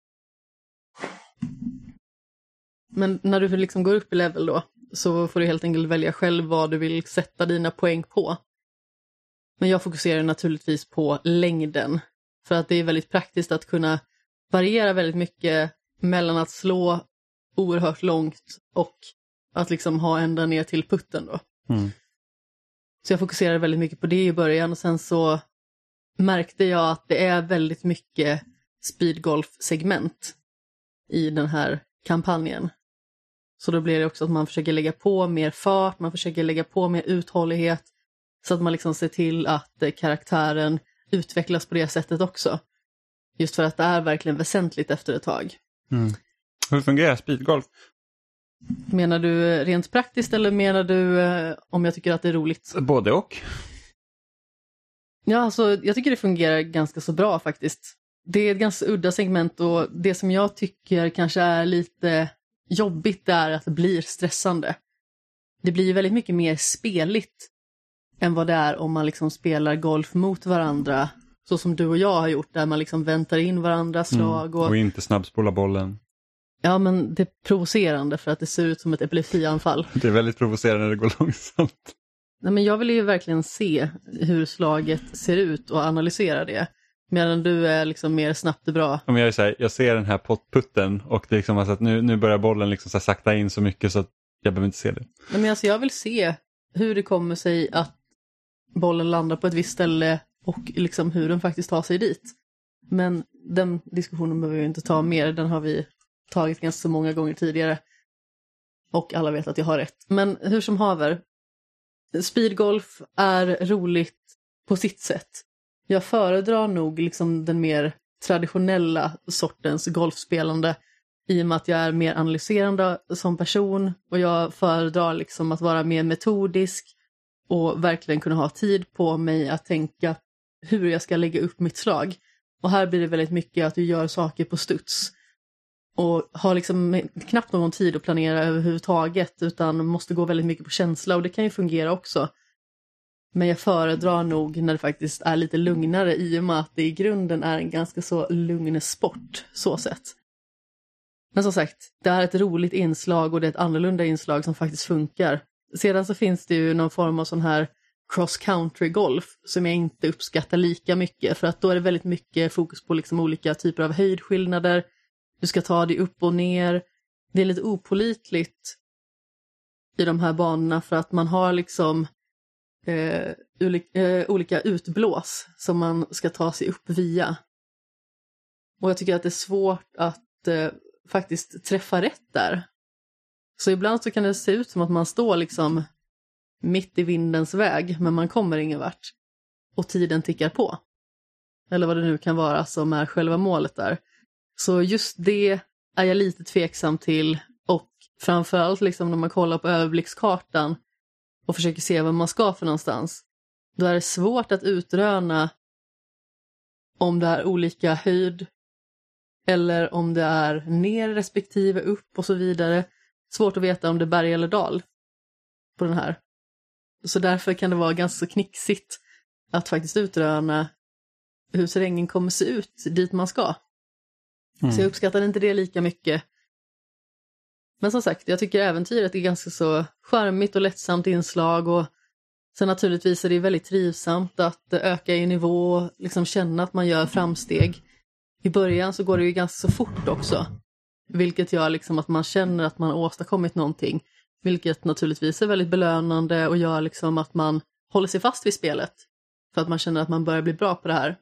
Men när du liksom går upp i level då så får du helt enkelt välja själv vad du vill sätta dina poäng på. Men jag fokuserar naturligtvis på längden. För att det är väldigt praktiskt att kunna variera väldigt mycket mellan att slå oerhört långt och att liksom ha ända ner till putten då. Mm. Så jag fokuserar väldigt mycket på det i början och sen så märkte jag att det är väldigt mycket speedgolf-segment i den här kampanjen. Så då blir det också att man försöker lägga på mer fart, man försöker lägga på mer uthållighet så att man liksom ser till att karaktären utvecklas på det sättet också. Just för att det är verkligen väsentligt efter ett tag. Mm. Hur fungerar speedgolf? Menar du rent praktiskt eller menar du eh, om jag tycker att det är roligt? Både och. Ja, alltså jag tycker det fungerar ganska så bra faktiskt. Det är ett ganska udda segment och det som jag tycker kanske är lite jobbigt är att det blir stressande. Det blir väldigt mycket mer speligt än vad det är om man liksom spelar golf mot varandra. Så som du och jag har gjort, där man liksom väntar in varandras slag. Mm. Och, och inte snabbspola bollen. Ja, men det är provocerande för att det ser ut som ett epilepsianfall. Det är väldigt provocerande när det går långsamt. Nej, men jag vill ju verkligen se hur slaget ser ut och analysera det. Medan du är liksom mer snabbt och bra. Om jag, är så här, jag ser den här putten och det är liksom alltså att nu, nu börjar bollen liksom så här sakta in så mycket så att jag behöver inte se det. Nej, men alltså jag vill se hur det kommer sig att bollen landar på ett visst ställe och liksom hur den faktiskt tar sig dit. Men den diskussionen behöver vi inte ta mer. Den har vi tagit ganska så många gånger tidigare. Och alla vet att jag har rätt. Men hur som haver. Speedgolf är roligt på sitt sätt. Jag föredrar nog liksom den mer traditionella sortens golfspelande. I och med att jag är mer analyserande som person. Och jag föredrar liksom att vara mer metodisk. Och verkligen kunna ha tid på mig att tänka hur jag ska lägga upp mitt slag. Och här blir det väldigt mycket att du gör saker på studs. Och har liksom knappt någon tid att planera överhuvudtaget. Utan måste gå väldigt mycket på känsla. Och det kan ju fungera också. Men jag föredrar nog när det faktiskt är lite lugnare. I och med att det i grunden är en ganska så lugn sport. Så sett. Men som sagt, det är ett roligt inslag. Och det är ett annorlunda inslag som faktiskt funkar. Sedan så finns det ju någon form av sån här cross-country golf som jag inte uppskattar lika mycket. För att då är det väldigt mycket fokus på liksom olika typer av höjdskillnader. Du ska ta dig upp och ner. Det är lite opålitligt i de här banorna för att man har liksom eh, olika, eh, olika utblås som man ska ta sig upp via. Och jag tycker att det är svårt att eh, faktiskt träffa rätt där. Så ibland så kan det se ut som att man står liksom mitt i vindens väg, men man kommer ingen vart. Och tiden tickar på. Eller vad det nu kan vara som är själva målet där. Så just det är jag lite tveksam till. Och framförallt liksom när man kollar på överblickskartan och försöker se vad man ska för någonstans. Då är det svårt att utröna om det är olika höjd eller om det är ner respektive upp och så vidare. Svårt att veta om det är berg eller dal på den här. Så därför kan det vara ganska knixigt att faktiskt utröna hur terrängen kommer se ut dit man ska. Mm. Så jag uppskattar inte det lika mycket. Men som sagt, jag tycker äventyret är ganska så charmigt och lättsamt inslag. Och sen naturligtvis är det väldigt trivsamt att öka i nivå och liksom känna att man gör framsteg. I början så går det ju ganska så fort också. Vilket gör liksom att man känner att man har åstadkommit någonting. Vilket naturligtvis är väldigt belönande och gör liksom att man håller sig fast vid spelet. För att man känner att man börjar bli bra på det här.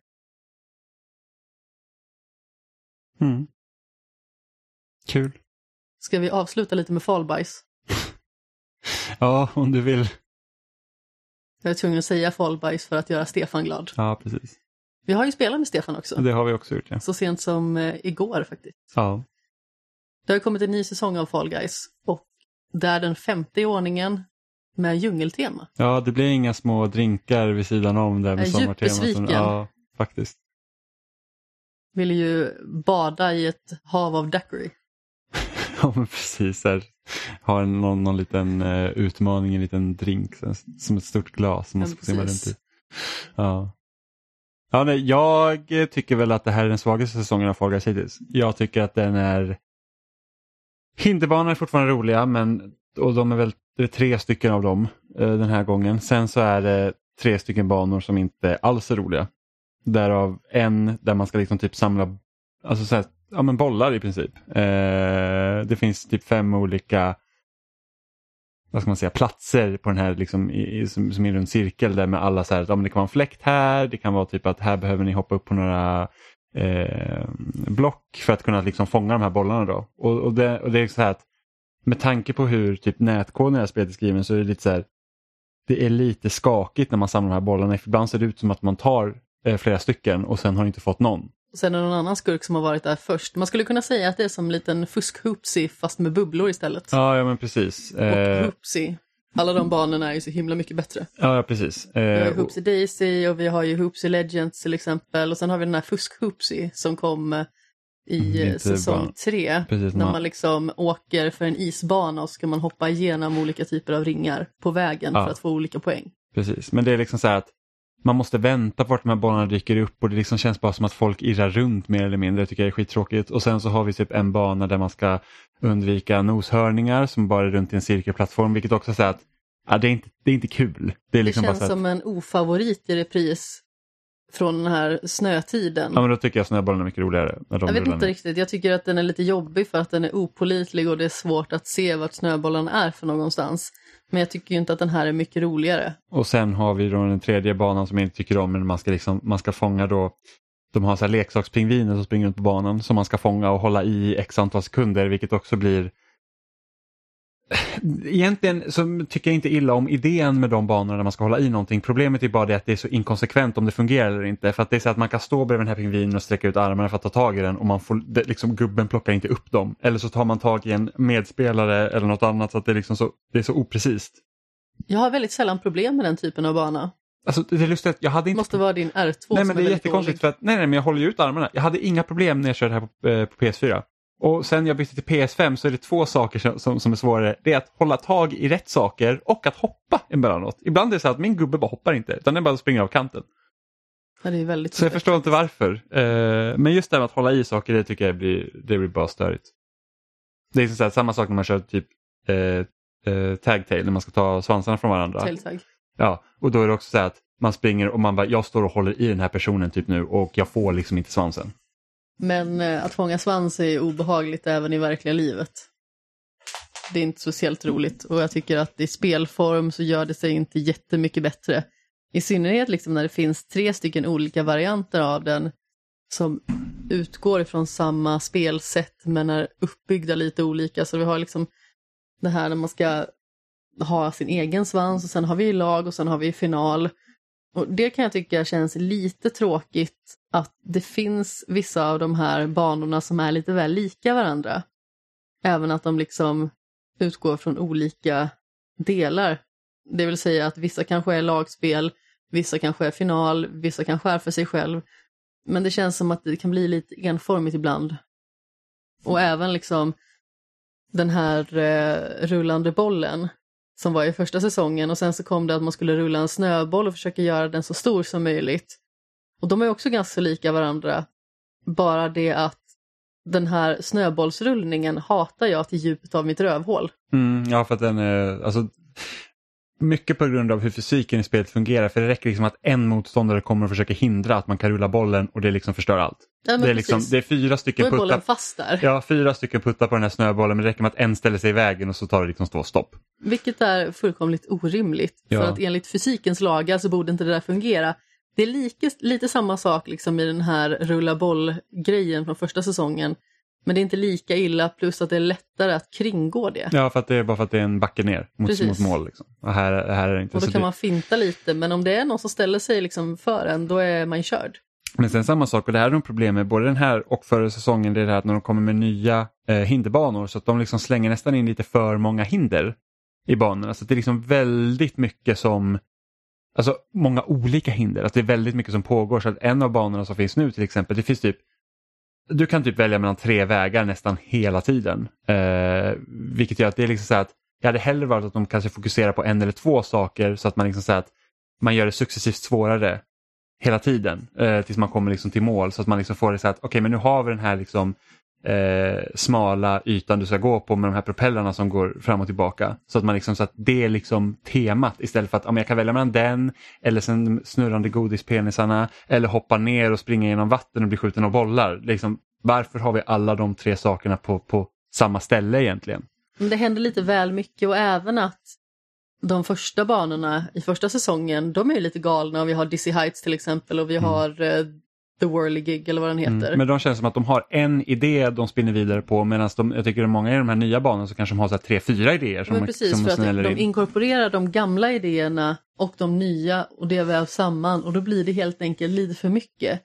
Mm. Kul. Ska vi avsluta lite med fallbajs? Ja, om du vill. Jag är tvungen att säga fallbajs för att göra Stefan glad. Ja, precis. Vi har ju spelat med Stefan också. Det har vi också gjort, ja. Så sent som eh, igår faktiskt. Ja. Det har kommit en ny säsong av Fall Guys. Och det är den femte i ordningen med djungeltema. Ja, det blir inga små drinkar vid sidan om där med sommartema. Jag är djupt besviken. Ja, faktiskt. Vill ju bada i ett hav av daiquiri. Ja, men precis. Här. Har en, någon, någon liten uh, utmaning, en liten drink så, som ett stort glas som man ska simma runt i. Ja. Ja, nej, jag tycker väl att det här är den svagaste säsongen av Fall Guys hittills. Jag tycker att den är... Hinderbanor är fortfarande roliga, men och de är väl det är tre stycken av dem uh, den här gången. Sen så är det tre stycken banor som inte alls är roliga. Därav en där man ska liksom typ samla alltså så här, ja, men bollar i princip. Uh, det finns typ fem olika vad ska man säga, platser på den här liksom i, i, som, som är en cirkel där med alla så här, ja, men det kan vara en fläkt här, det kan vara typ att här behöver ni hoppa upp på några eh, block för att kunna liksom fånga de här bollarna då. Och, och, det, och det är så här att med tanke på hur typ nätkoden är spelet skriven så är det lite så här, det är lite skakigt när man samlar de här bollarna. För ibland ser det ut som att man tar eh, flera stycken och sen har inte fått någon. Och sen är det någon annan skurk som har varit där först. Man skulle kunna säga att det är som en liten fusk-hoopsie fast med bubblor istället. Ja, ja men precis. Och hoopsie. Alla de banorna är ju så himla mycket bättre. Ja, ja precis. Vi har ju Hoopsie Daisy och vi har ju Hoopsie Legends till exempel. Och sen har vi den här fusk-hoopsie som kom i mm, säsong bara... tre. Precis, när man... man liksom åker för en isbana och ska man hoppa igenom olika typer av ringar på vägen ja. För att få olika poäng. Precis, men det är liksom så här att man måste vänta på att de här banorna dyker upp och det liksom känns bara som att folk irrar runt mer eller mindre. Det tycker jag är skittråkigt. Och sen så har vi typ en bana där man ska undvika noshörningar som bara är runt i en cirkelplattform, vilket också säger att ja, det, är inte, det är inte kul. Det, är liksom det känns bara så att, som en ofavorit i repris från den här snötiden. Ja, men då tycker jag snöbollen är mycket roligare. När de jag vet rullar inte ner. riktigt, jag tycker att den är lite jobbig för att den är opålitlig och det är svårt att se vart snöbollen är för någonstans. Men jag tycker ju inte att den här är mycket roligare. Och sen har vi då den tredje banan som jag inte tycker om, men man ska, liksom, man ska fånga då, de har så här leksakspingviner som springer runt på banan som man ska fånga och hålla i x antal sekunder, vilket också blir egentligen så tycker jag inte illa om idén med de banorna där man ska hålla i någonting. Problemet är bara det att det är så inkonsekvent om det fungerar eller inte. För att det är så att man kan stå bredvid den här pingvinen och sträcka ut armarna för att ta tag i den och man får, det, liksom, gubben plockar inte upp dem. Eller så tar man tag i en medspelare eller något annat så att det är, liksom så, det är så oprecist. Jag har väldigt sällan problem med den typen av bana. Alltså det är lustigt, jag hade inte... Det måste vara din R två Nej, som men det är, är jättekonstigt för att, nej, nej, men jag håller ju ut armarna. Jag hade inga problem när jag körde här på, eh, på P S fyra. Och sen jag bytte till P S fem så är det två saker som, som är svårare. Det är att hålla tag i rätt saker och att hoppa emellanåt. Ibland är det så att min gubbe bara hoppar inte, utan den bara springer av kanten. Ja, det är väldigt så jag förstår inte varför. Eh, men just det med att hålla i saker, det tycker jag blir, det blir bara störigt. Det är så här, samma sak när man kör typ eh, eh, tag-tail, när man ska ta svansarna från varandra. Tail-tag. Ja, och då är det också så här att man springer och man bara, jag står och håller i den här personen typ nu och jag får liksom inte svansen. Men eh, att fånga svans är obehagligt även i verkliga livet. Det är inte speciellt roligt och jag tycker att i spelform så gör det sig inte jättemycket bättre. I synnerhet liksom när det finns tre stycken olika varianter av den som utgår ifrån samma spelsätt men är uppbyggda lite olika. Så vi har liksom det här när man ska ha sin egen svans och sen har vi lag och sen har vi final. Och det kan jag tycka känns lite tråkigt att det finns vissa av de här banorna som är lite väl lika varandra. Även att de liksom utgår från olika delar. Det vill säga att vissa kanske är lagspel, vissa kanske är final, vissa kanske är för sig själv. Men det känns som att det kan bli lite enformigt ibland. Och även liksom den här eh, rullande bollen som var i första säsongen och sen så kom det att man skulle rulla en snöboll och försöka göra den så stor som möjligt. Och de är också ganska lika varandra. Bara det att den här snöbollsrullningen hatar jag till djupet av mitt rövhål. Mm, ja, för att den är... Alltså, mycket på grund av hur fysiken i spelet fungerar. För det räcker liksom att en motståndare kommer och försöker hindra att man kan rulla bollen och det liksom förstör allt. Ja, det, är liksom, det är fyra stycken Då är bollen puttar... fast där. Ja, fyra stycken puttar på den här snöbollen, men det räcker med att en ställer sig i vägen och så tar det liksom stå stopp. Vilket är fullkomligt orimligt. Ja. För att enligt fysikens lagar så borde inte det där fungera. Det är lika, lite samma sak liksom i den här rulla boll-grejen från första säsongen. Men det är inte lika illa, plus att det är lättare att kringgå det. Ja, för att det är bara för att det är en backe ner mot, mot mål. Liksom. Och här, här är det inte. Och då så kan det... man finta lite, men om det är någon som ställer sig liksom för en, då är man körd. Men sen samma sak, och det här är de problem med både den här och förra säsongen, det är det här att när de kommer med nya eh, hinderbanor så att de liksom slänger nästan in lite för många hinder i banorna. Så att det är liksom väldigt mycket som, alltså många olika hinder, att det är väldigt mycket som pågår. Så att en av banorna som finns nu till exempel, det finns typ, du kan typ välja mellan tre vägar nästan hela tiden. Eh, vilket gör att det är liksom så här att jag hade hellre varit att de kanske fokuserar på en eller två saker så att man liksom så här att man gör det successivt svårare hela tiden eh, tills man kommer liksom till mål, så att man liksom får det så att okej, okay, men nu har vi den här liksom eh, smala ytan du ska gå på med de här propellerna som går fram och tillbaka, så att man liksom, så att det är liksom temat istället för att om jag kan välja mellan den eller sen snurrande godispenisarna eller hoppa ner och springa genom vatten och bli skjuten av bollar. Liksom, varför har vi alla de tre sakerna på, på samma ställe egentligen? Men det händer lite väl mycket, och även att de första banorna i första säsongen, de är ju lite galna, och vi har Dizzy Heights till exempel och vi mm. har uh, The Whirligig eller vad den heter. Mm. Men de känns som att de har en idé de spinner vidare på, medan de, jag tycker att många i de här nya banorna så kanske de har så här tre, fyra idéer. Som Men precis, som för att de in. inkorporerar de gamla idéerna och de nya och det vävs samman, och då blir det helt enkelt lite för mycket.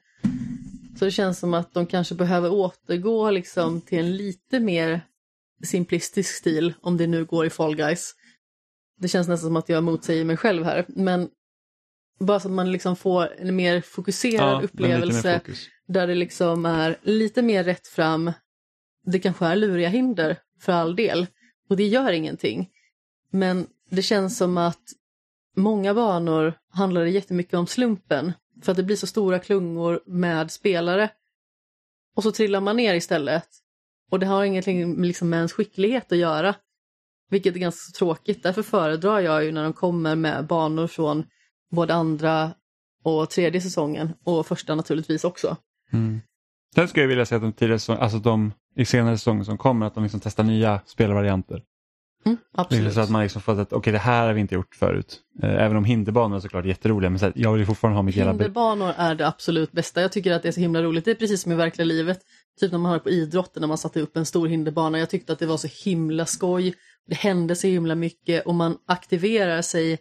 Så det känns som att de kanske behöver återgå liksom till en lite mer simplistisk stil, om det nu går i Fall Guys. Det känns nästan som att jag motsäger mig själv här. Men bara så att man liksom får en mer fokuserad ja, upplevelse. mer där det liksom är lite mer rätt fram. Det kanske är luriga hinder för all del. Och det gör ingenting. Men det känns som att många banor handlar det jättemycket om slumpen. För att det blir så stora klungor med spelare. Och så trillar man ner istället. Och det har ingenting liksom med ens skicklighet att göra. Vilket är ganska tråkigt. Därför föredrar jag ju när de kommer med banor från både andra och tredje säsongen. Och första naturligtvis också. Mm. Sen skulle jag vilja säga att de tidigare säsong, alltså de i senare säsonger som kommer, att de liksom testar nya spelvarianter. Mm, absolut. Så att man liksom får att okej, okay, det här har vi inte gjort förut. Även om hinderbanor är såklart jätteroliga, men så här, jag vill fortfarande ha mitt hela... Hinderbanor är det absolut bästa. Jag tycker att det är så himla roligt. Det är precis som i verkliga livet. Typ när man har på idrotten, när man satte upp en stor hinderbana. Jag tyckte att det var så himla skoj. Det hände så himla mycket och man aktiverar sig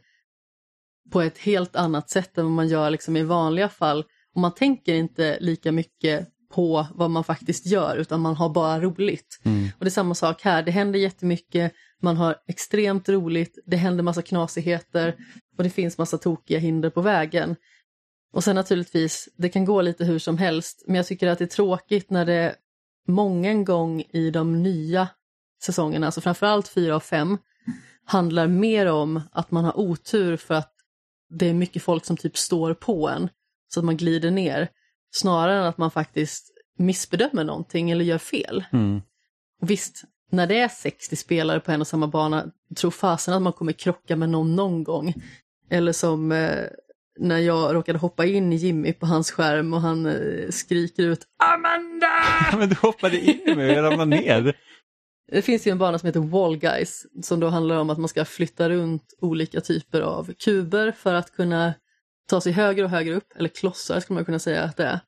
på ett helt annat sätt än vad man gör liksom i vanliga fall. Och man tänker inte lika mycket på vad man faktiskt gör, utan man har bara roligt. Mm. Och det är samma sak här. Det händer jättemycket. Man har extremt roligt. Det händer massa knasigheter. Och det finns massa tokiga hinder på vägen. Och sen naturligtvis, det kan gå lite hur som helst. Men jag tycker att det är tråkigt när det många gång i de nya säsongerna, alltså framförallt fyra och fem, handlar mer om att man har otur för att det är mycket folk som typ står på en. Så att man glider ner. Snarare än att man faktiskt missbedömer någonting eller gör fel. Mm. Och visst, när det är sextio spelare på en och samma bana, tror fasen att man kommer krocka med någon någon gång. Eller som eh, när jag råkade hoppa in i Jimmy på hans skärm och han eh, skriker ut Amanda! Men du hoppade in i mig och ramlade ner. Det finns ju en bana som heter Wall Guys, som då handlar om att man ska flytta runt olika typer av kuber för att kunna ta sig högre och högre upp, eller klossar skulle man kunna säga att det är.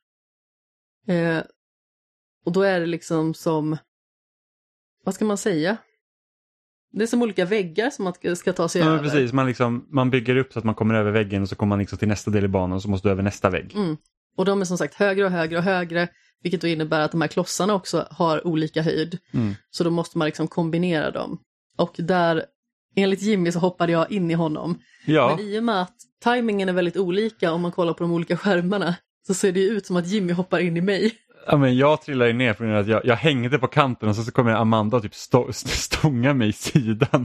Eh, och då är det liksom som, vad ska man säga? Det är som olika väggar som man ska ta sig ja, över. Precis, man, liksom, man bygger upp så att man kommer över väggen och så kommer man liksom till nästa del i banan och så måste du över nästa vägg. Mm. Och de är som sagt högre och högre och högre, vilket då innebär att de här klossarna också har olika höjd. Mm. Så då måste man liksom kombinera dem. Och där, enligt Jimmy så hoppade jag in i honom. Ja. Men i och med att timingen är väldigt olika om man kollar på de olika skärmarna, så ser det ut som att Jimmy hoppar in i mig. Ja, men jag trillar ju ner för att jag, jag hängde på kanten och så, så kommer Amanda och typ stå, stånga mig i sidan.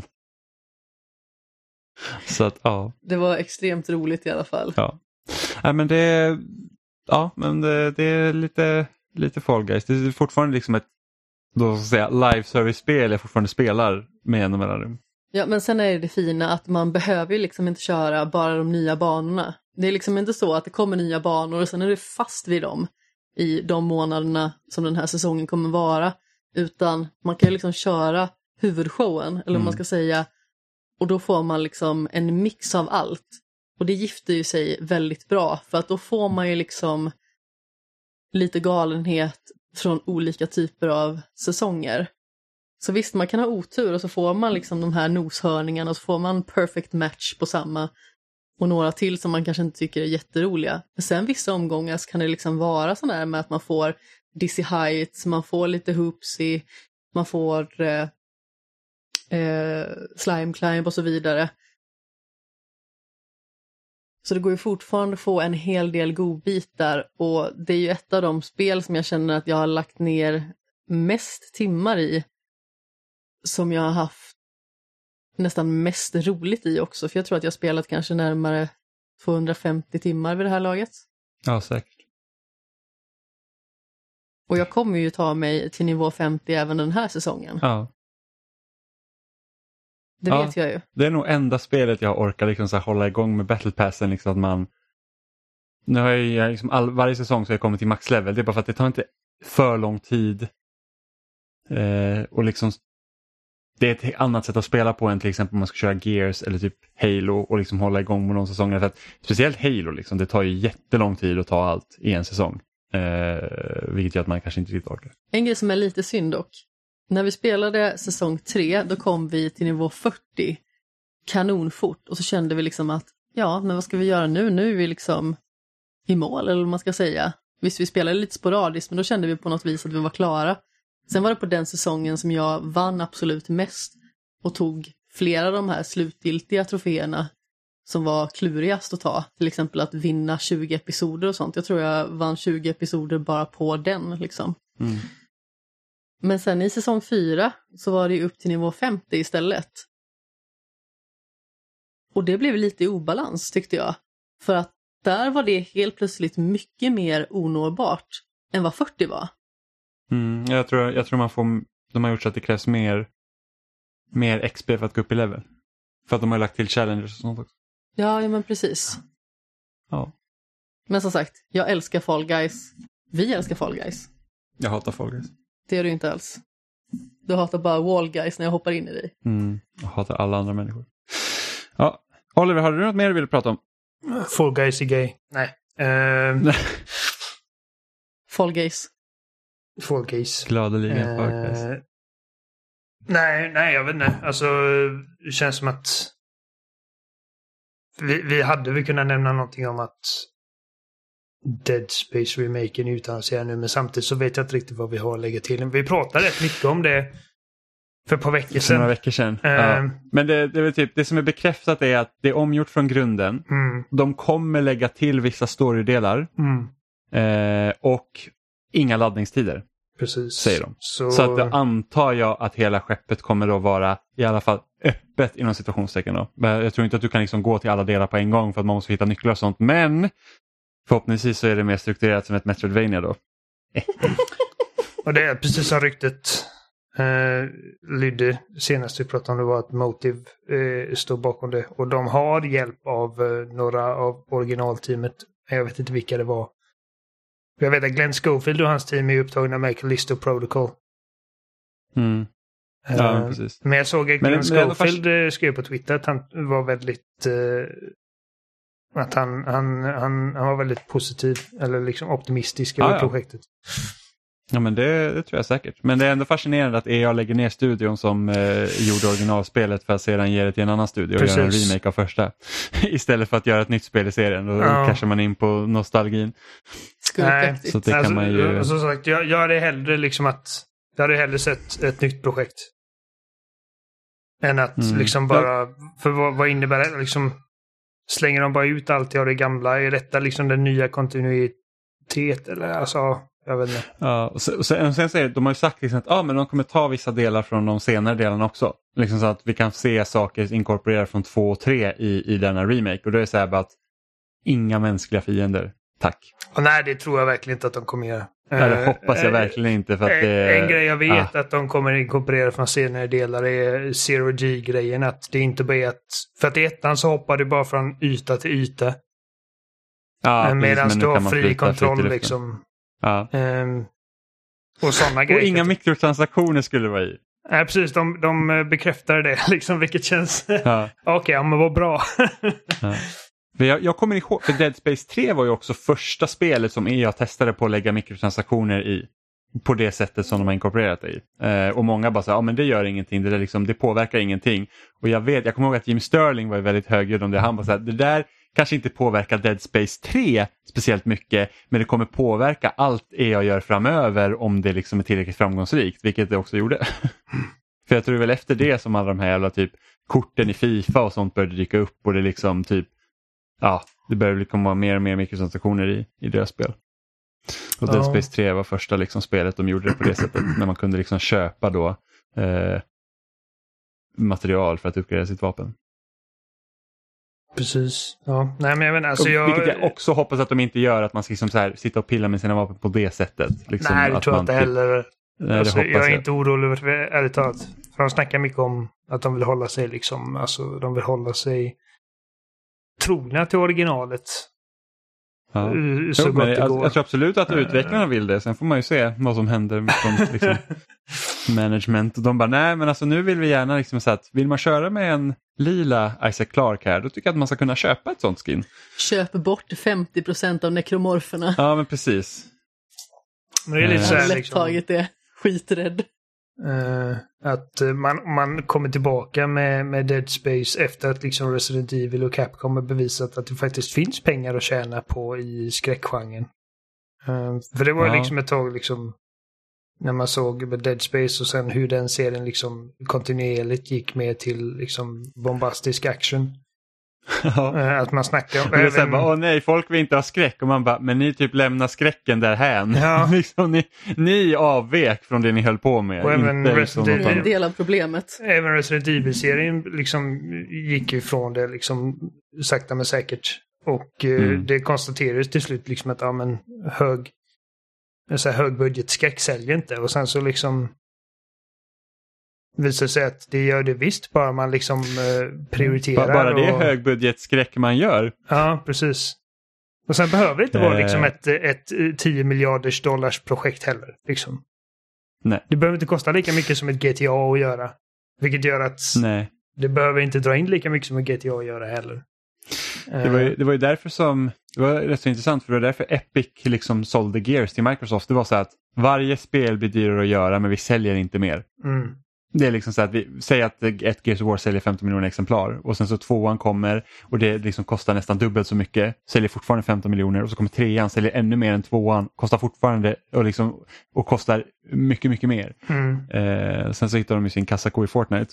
Så att, ja. Det var extremt roligt i alla fall. Ja, ja men det, ja, men det, det är lite, lite Fall Guys. Det är fortfarande liksom ett, då ska jag säga, live service-spel jag fortfarande spelar med en och mellanrum. Ja, men sen är det det fina att man behöver ju liksom inte köra bara de nya banorna. Det är liksom inte så att det kommer nya banor och sen är det fast vid dem i de månaderna som den här säsongen kommer vara. Utan man kan ju liksom köra huvudshowen, eller vad man ska säga. Och då får man liksom en mix av allt. Och det gifter ju sig väldigt bra. För att då får man ju liksom lite galenhet från olika typer av säsonger. Så visst, man kan ha otur och så får man liksom de här noshörningarna och så får man perfect match på samma. Och några till som man kanske inte tycker är jätteroliga. Men sen vissa omgångar så kan det liksom vara sån här med att man får dizzy heights, man får lite hoopsy, man får eh, eh, slime climb och så vidare. Så det går ju fortfarande att få en hel del godbitar och det är ju ett av de spel som jag känner att jag har lagt ner mest timmar i, som jag har haft nästan mest roligt i också. För jag tror att jag har spelat kanske närmare tvåhundrafemtio timmar vid det här laget. Ja, säkert. Och jag kommer ju ta mig till nivå femtio även den här säsongen. Ja. Det ja, vet jag ju. Det är nog enda spelet jag orkar liksom så här hålla igång med Battle Passen. Liksom att man... Nu har jag liksom all, varje säsong så har jag kommit till max level. Det är bara för att det tar inte för lång tid. Eh, och liksom... Det är ett annat sätt att spela på än till exempel om man ska köra Gears eller typ Halo och liksom hålla igång med någon säsong. För att, speciellt Halo, liksom, det tar ju jättelång tid att ta allt i en säsong. Eh, vilket gör att man kanske inte riktigt orkar. En grej som är lite synd dock. När vi spelade säsong tre, då kom vi till nivå fyrtio kanonfort. Och så kände vi liksom att, ja, men vad ska vi göra nu? Nu är vi liksom i mål, eller vad man ska säga. Visst, vi spelade lite sporadiskt, men då kände vi på något vis att vi var klara. Sen var det på den säsongen som jag vann absolut mest och tog flera av de här slutgiltiga troféerna som var klurigast att ta. Till exempel att vinna tjugo episoder och sånt. Jag tror jag vann tjugo episoder bara på den liksom. Mm. Men sen i säsong fyra så var det upp till nivå femtio istället. Och det blev lite i obalans tyckte jag. För att där var det helt plötsligt mycket mer onåbart än vad fyrtio var. Mm, jag, tror, jag tror man får, de har gjort så att det krävs mer, mer X P för att gå upp i level. För att de har lagt till challengers och sånt också. Ja, ja men precis. Ja. Men som sagt, jag älskar Fall Guys. Vi älskar Fall Guys. Jag hatar Fall Guys. Det gör du inte alls. Du hatar bara Wall Guys när jag hoppar in i dig. Mm, jag hatar alla andra människor. Ja, Oliver, har du något mer du vill prata om? Fall Guys är gay. Nej. Uh... Fall Guys. Fall Guys. Gladeligen uh... Fall Guys. Nej, nej, jag vet inte. Alltså, det känns som att vi, vi hade väl kunnat nämna någonting om att Dead Space remaken utannonserad nu, men samtidigt så vet jag inte riktigt vad vi har att lägga till. Vi pratade rätt mycket om det för ett par veckor sedan. För några veckor sedan. Uh, ja. Men det, det, är typ, det som är bekräftat är att det är omgjort från grunden. Mm. De kommer lägga till vissa storydelar. Mm. Uh, och inga laddningstider. Precis. Säger de. Så, så att då antar jag att hela skeppet kommer att vara i alla fall öppet inom situationstecken då. Jag tror inte att du kan liksom gå till alla delar på en gång för att man måste hitta nycklar och sånt. Men förhoppningsvis så är det mer strukturerat som ett Metroidvania då. Och det är precis som ryktet eh, lydde senast vi pratade om, det var att Motive eh, står bakom det. Och de har hjälp av eh, några av originalteamet. Jag vet inte vilka det var. Jag vet att Glenn Schofield och hans team är upptagna med Callisto Protocol. Mm. Ja, uh, precis. Men jag såg att Glenn Schofield fast... skrev på Twitter att han var väldigt uh, att han, han, han, han var väldigt positiv eller liksom optimistisk över ah, ja. projektet. Ja, men det, det tror jag säkert. Men det är ändå fascinerande att E A lägger ner studion som eh, gjorde originalspelet för att sedan ge det till en annan studio och Precis. göra en remake av första. Istället för att göra ett nytt spel i serien. Då ja. kanske man in på nostalgin. Nej, så det alltså, kan man ju... Som sagt, jag, jag hade hellre liksom att jag hade hellre sett ett nytt projekt. Än att mm. liksom bara... För vad, vad innebär det? Liksom, slänger de bara ut allt av det gamla? Är detta liksom den nya kontinuitet? Eller alltså... Jag vet inte. Ja, och sen, och sen, och sen säger de har ju sagt liksom att ah, men de kommer ta vissa delar från de senare delarna också. Liksom så att vi kan se saker inkorporerade från två och tre i, i denna remake. Och då är det så här bara att inga mänskliga fiender. Tack. Och nej, det tror jag verkligen inte att de kommer göra. Ja, det hoppas jag verkligen inte. För att det, en grej jag vet ah. att de kommer inkorporera från senare delar är Zero G-grejen. Att det inte bara är att... För att i ettan så hoppar du bara från yta till yta. Ja, medan men du har fri kontroll liksom. Ja. Um, och sådana grejer. Och inga mikrotransaktioner skulle det vara i. Nej, precis. De, de bekräftar det, liksom, vilket känns... Ja. Okej, okay, ja, men vad bra. Ja. Jag, jag kommer ihåg, för Dead Space tre var ju också första spelet som E A testade på att lägga mikrotransaktioner i. På det sättet som de har inkorporerat det i. Eh, och många bara sa, ja men det gör ingenting, det, där liksom, det påverkar ingenting. Och jag vet, jag kommer ihåg att Jim Sterling var väldigt högljudd om det. Han bara så här, det där kanske inte påverkar Dead Space tre speciellt mycket, men det kommer påverka allt E A gör framöver om det liksom är tillräckligt framgångsrikt, vilket det också gjorde. För jag tror väl efter det som alla de här jävla typ korten i FIFA och sånt började dyka upp och det liksom typ, ja, det började komma mer och mer mikrotransaktioner i, i deras spel. Och Dead Space tre var första liksom spelet de gjorde det på det sättet, när man kunde liksom köpa då eh, material för att uppgradera sitt vapen. Precis. Ja. Nej, men jag menar, alltså jag... Vilket jag också hoppas att de inte gör, att man ska liksom så här sitta och pilla med sina vapen på det sättet. Liksom, Nej, det tror jag inte heller. Nej, alltså, jag är jag. inte orolig över det, ärligt talat. För de snackar mycket om att de vill hålla sig liksom, alltså de vill hålla sig trogna till originalet. Ja. Så jo, men jag, jag tror absolut att utvecklarna vill det. Sen får man ju se vad som händer med liksom, management. Och de bara, nej men alltså nu vill vi gärna liksom så att vill man köra med en lila Isaac Clarke här, då tycker jag att man ska kunna köpa ett sånt skin. Köp bort femtio procent av nekromorferna. Ja, men precis. Men det är lite så här, liksom, lätt det. Skiträdd. Uh, att uh, man, man kommer tillbaka med, med Dead Space efter att liksom Resident Evil och Capcom har bevisat att det faktiskt finns pengar att tjäna på i skräckgenren. Uh, för det var ja. liksom ett tag liksom när man såg med Dead Space och sen hur den serien liksom kontinuerligt gick med till liksom bombastisk action. Ja. Att man snackar om... Och det är så här, bara, åh nej, folk vill inte ha skräck. Och man bara, men ni typ lämnar skräcken därhän. Ja. liksom, ni, ni avvek från det ni höll på med. Och även inte, Resident liksom, Det är en del av problemet. Även Resident Evil-serien liksom gick ifrån det liksom sakta men säkert. Och eh, Mm. det konstaterades till slut liksom att ja, men hög, så här, högbudgetskräck säljer inte. Och sen så liksom visar sig att det gör det visst, bara man liksom eh, prioriterar. Bara det är och... högbudgetskräck man gör. Ja, precis. Och sen behöver det inte vara Eh. liksom ett, ett tio miljarders dollars projekt heller. Liksom. Nej. Det behöver inte kosta lika mycket som ett G T A att göra. Vilket gör att Nej. det behöver inte dra in lika mycket som ett G T A att göra heller. Det var, ju, det var ju därför som, det var rätt så intressant, för det var därför Epic liksom sålde Gears till Microsoft. Det var så att varje spel blir dyrare att göra, men vi säljer inte mer. Mm. Det är liksom så att vi säger att ett Gears of War säljer femton miljoner exemplar och sen så tvåan kommer och det liksom kostar nästan dubbelt så mycket, säljer fortfarande femton miljoner, och så kommer trean, säljer ännu mer än tvåan, kostar fortfarande och, liksom, och kostar mycket, mycket mer. Mm. Eh, sen så hittar de ju sin kassako i Fortnite.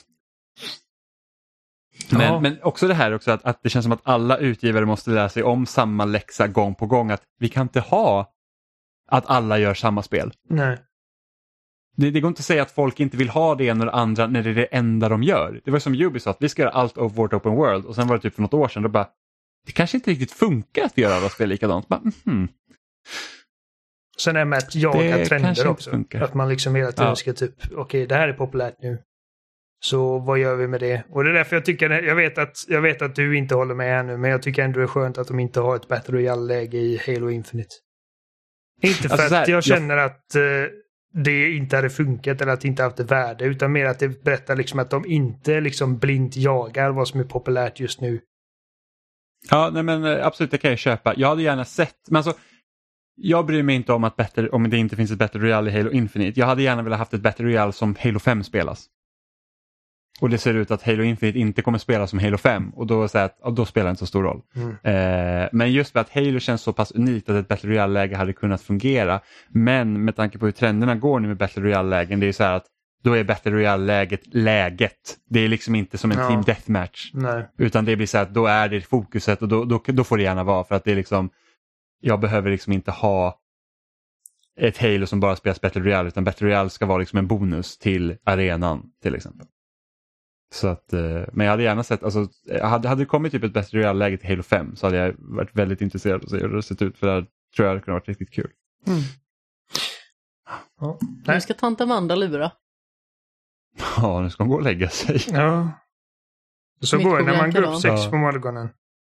Men, Ja. men också det här också att, att det känns som att alla utgivare måste lära sig om samma läxa gång på gång, att vi kan inte ha att alla gör samma spel. Nej. Det, det går inte att säga att folk inte vill ha det ena eller andra när det är det enda de gör. Det var som Ubisoft, vi ska göra allt of vårt open world, och sen var det typ för något år sedan, då bara, det kanske inte riktigt funkar att vi gör alla spel likadant. Bara, mm. Sen är det med att jaga Det kanske trender inte också. funkar. Att man liksom hela tiden Ja. ska typ, okej, okay, det här är populärt nu. Så vad gör vi med det? Och det är därför jag tycker, jag vet att, jag vet att du inte håller med här nu, men jag tycker ändå det är skönt att de inte har ett Battle Royale-läge i Halo Infinite. Inte för Alltså så här, att jag jag- känner att eh, det inte hade funkat eller att det inte haft ett värde, utan mer att det berättar liksom att de inte liksom blint jagar vad som är populärt just nu. Ja, nej men eh, absolut, det kan jag köpa. Jag hade gärna sett, men alltså, jag bryr mig inte om att Battle, om det inte finns ett Battle Royale i Halo Infinite. Jag hade gärna velat haft ett Battle Royale som Halo fem spelas. Och det ser ut att Halo Infinite inte kommer spela som Halo fem, och då, så att, ja, då spelar det inte så stor roll. Mm. Eh, men just för att Halo känns så pass unikt att ett Battle Royale-läge hade kunnat fungera. Men med tanke på hur trenderna går nu med Battle Royale-lägen, det är så här att då är Battle Royale-läget läget. Det är liksom inte som en Ja. Team Deathmatch. Nej. Utan det blir så här att då är det fokuset, och då, då, då får det gärna vara, för att det är liksom, jag behöver liksom inte ha ett Halo som bara spelas Battle Royale, utan Battle Royale ska vara liksom en bonus till arenan till exempel. Så att, eh, men jag hade gärna sett, alltså, hade, hade det kommit typ ett Battle Royale-läge till Halo fem, så hade jag varit väldigt intresserad av att se hur det sett ut, för det här tror jag hade kunnat vara riktigt kul. Mm. Ja. Nu Nej. ska tant Amanda lura. Ja, nu ska hon gå och lägga sig. Ja. Så Mitt går det på när man går upp Bianca sex då. på morgonen.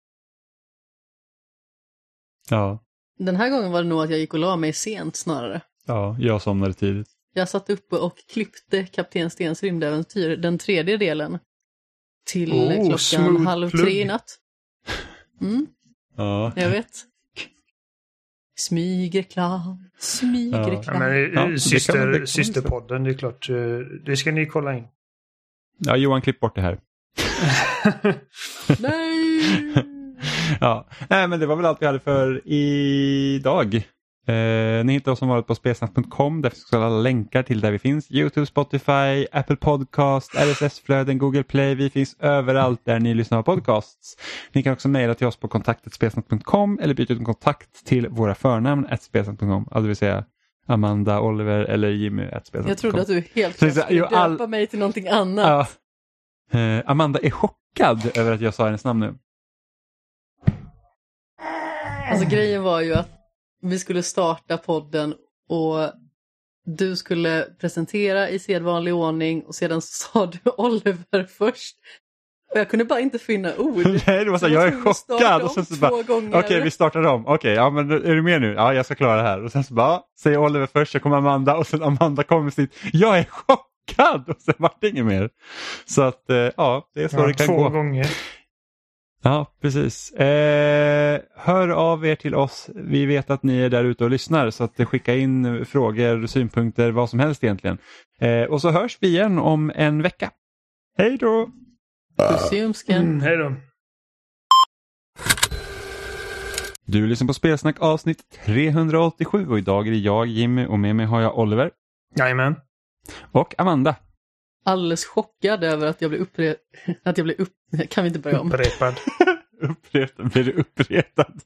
Ja, Den här gången var det nog att jag gick och la mig sent snarare. ja, jag somnade tidigt. Jag satt uppe och klippte Kapten Stens rymdäventyr, den tredje delen, till Oh, klockan smooth halv plugg. tre i natt. Mm, Ja, jag vet. Smygreklam, smygreklam. Ja, men, Ja, det kan man- syster, det kan man systerpodden, det är klart. eh, Det ska ni kolla in. ja, Johan, klipp bort det här. Nej! Ja, nej, men det var väl allt vi hade för idag. Eh, ni hittar oss som vanligt på spelsnack punkt com, där finns alla länkar till där vi finns. YouTube, Spotify, Apple Podcast, R S S-flöden, Google Play. Vi finns överallt där ni lyssnar på podcasts. Ni kan också mejla till oss på kontakt snabel-a spelsnack punkt com eller byta ut kontakt till våra förnamn at spelsnack punkt com, alltså det vill säga Amanda, Oliver eller Jimmy at spelsnack Jag punkt com. trodde att du helt Så plötsligt det är så- skulle jo, all- döpa mig till någonting annat. Ja. Eh, Amanda är chockad över att jag sa hennes namn nu. Alltså grejen var ju att vi skulle starta podden och du skulle presentera i sedvanlig ordning och sedan sa du Oliver först. Och jag kunde bara inte finna ord. Nej, det var så här, jag är chockad. Och sen så bara, okej, okay, vi startar om. Okej, okay, ja men är du med nu? Ja, jag ska klara det här. Och sen så bara, säger Oliver först, så kommer Amanda och sen Amanda kommer med sitt, jag är chockad! Och sen vart det inget mer. Så att, eh, ja, det är så Ja, det kan två gå. gånger. Ja, precis. Eh, hör av er till oss. Vi vet att ni är där ute och lyssnar, så att skicka in frågor, synpunkter, vad som helst egentligen. Eh, och så hörs vi igen om en vecka. Hej då! Puss i ljumsken. Mm, hej då. Du lyssnar på Spelsnack avsnitt trehundraåttiosju och idag är det jag, Jimmy, och med mig har jag Oliver Jajamän. och Amanda. Alldeles chockad över att jag blev uppre... att jag blev upp... Kan vi inte börja om? Upprepad. Uppretad, blir du uppretad?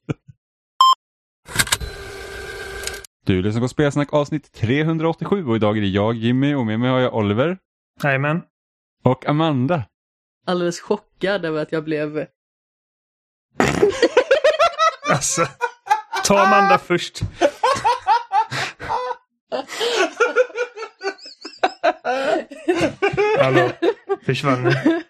Du lyssnar på Spelsnack avsnitt trehundraåttiosju och idag är det jag, Jimmy, och med mig har jag Oliver. Jajamän. Och Amanda. Alldeles chockad över att jag blev... Alltså, ta Amanda först. Hallå, försvann nu.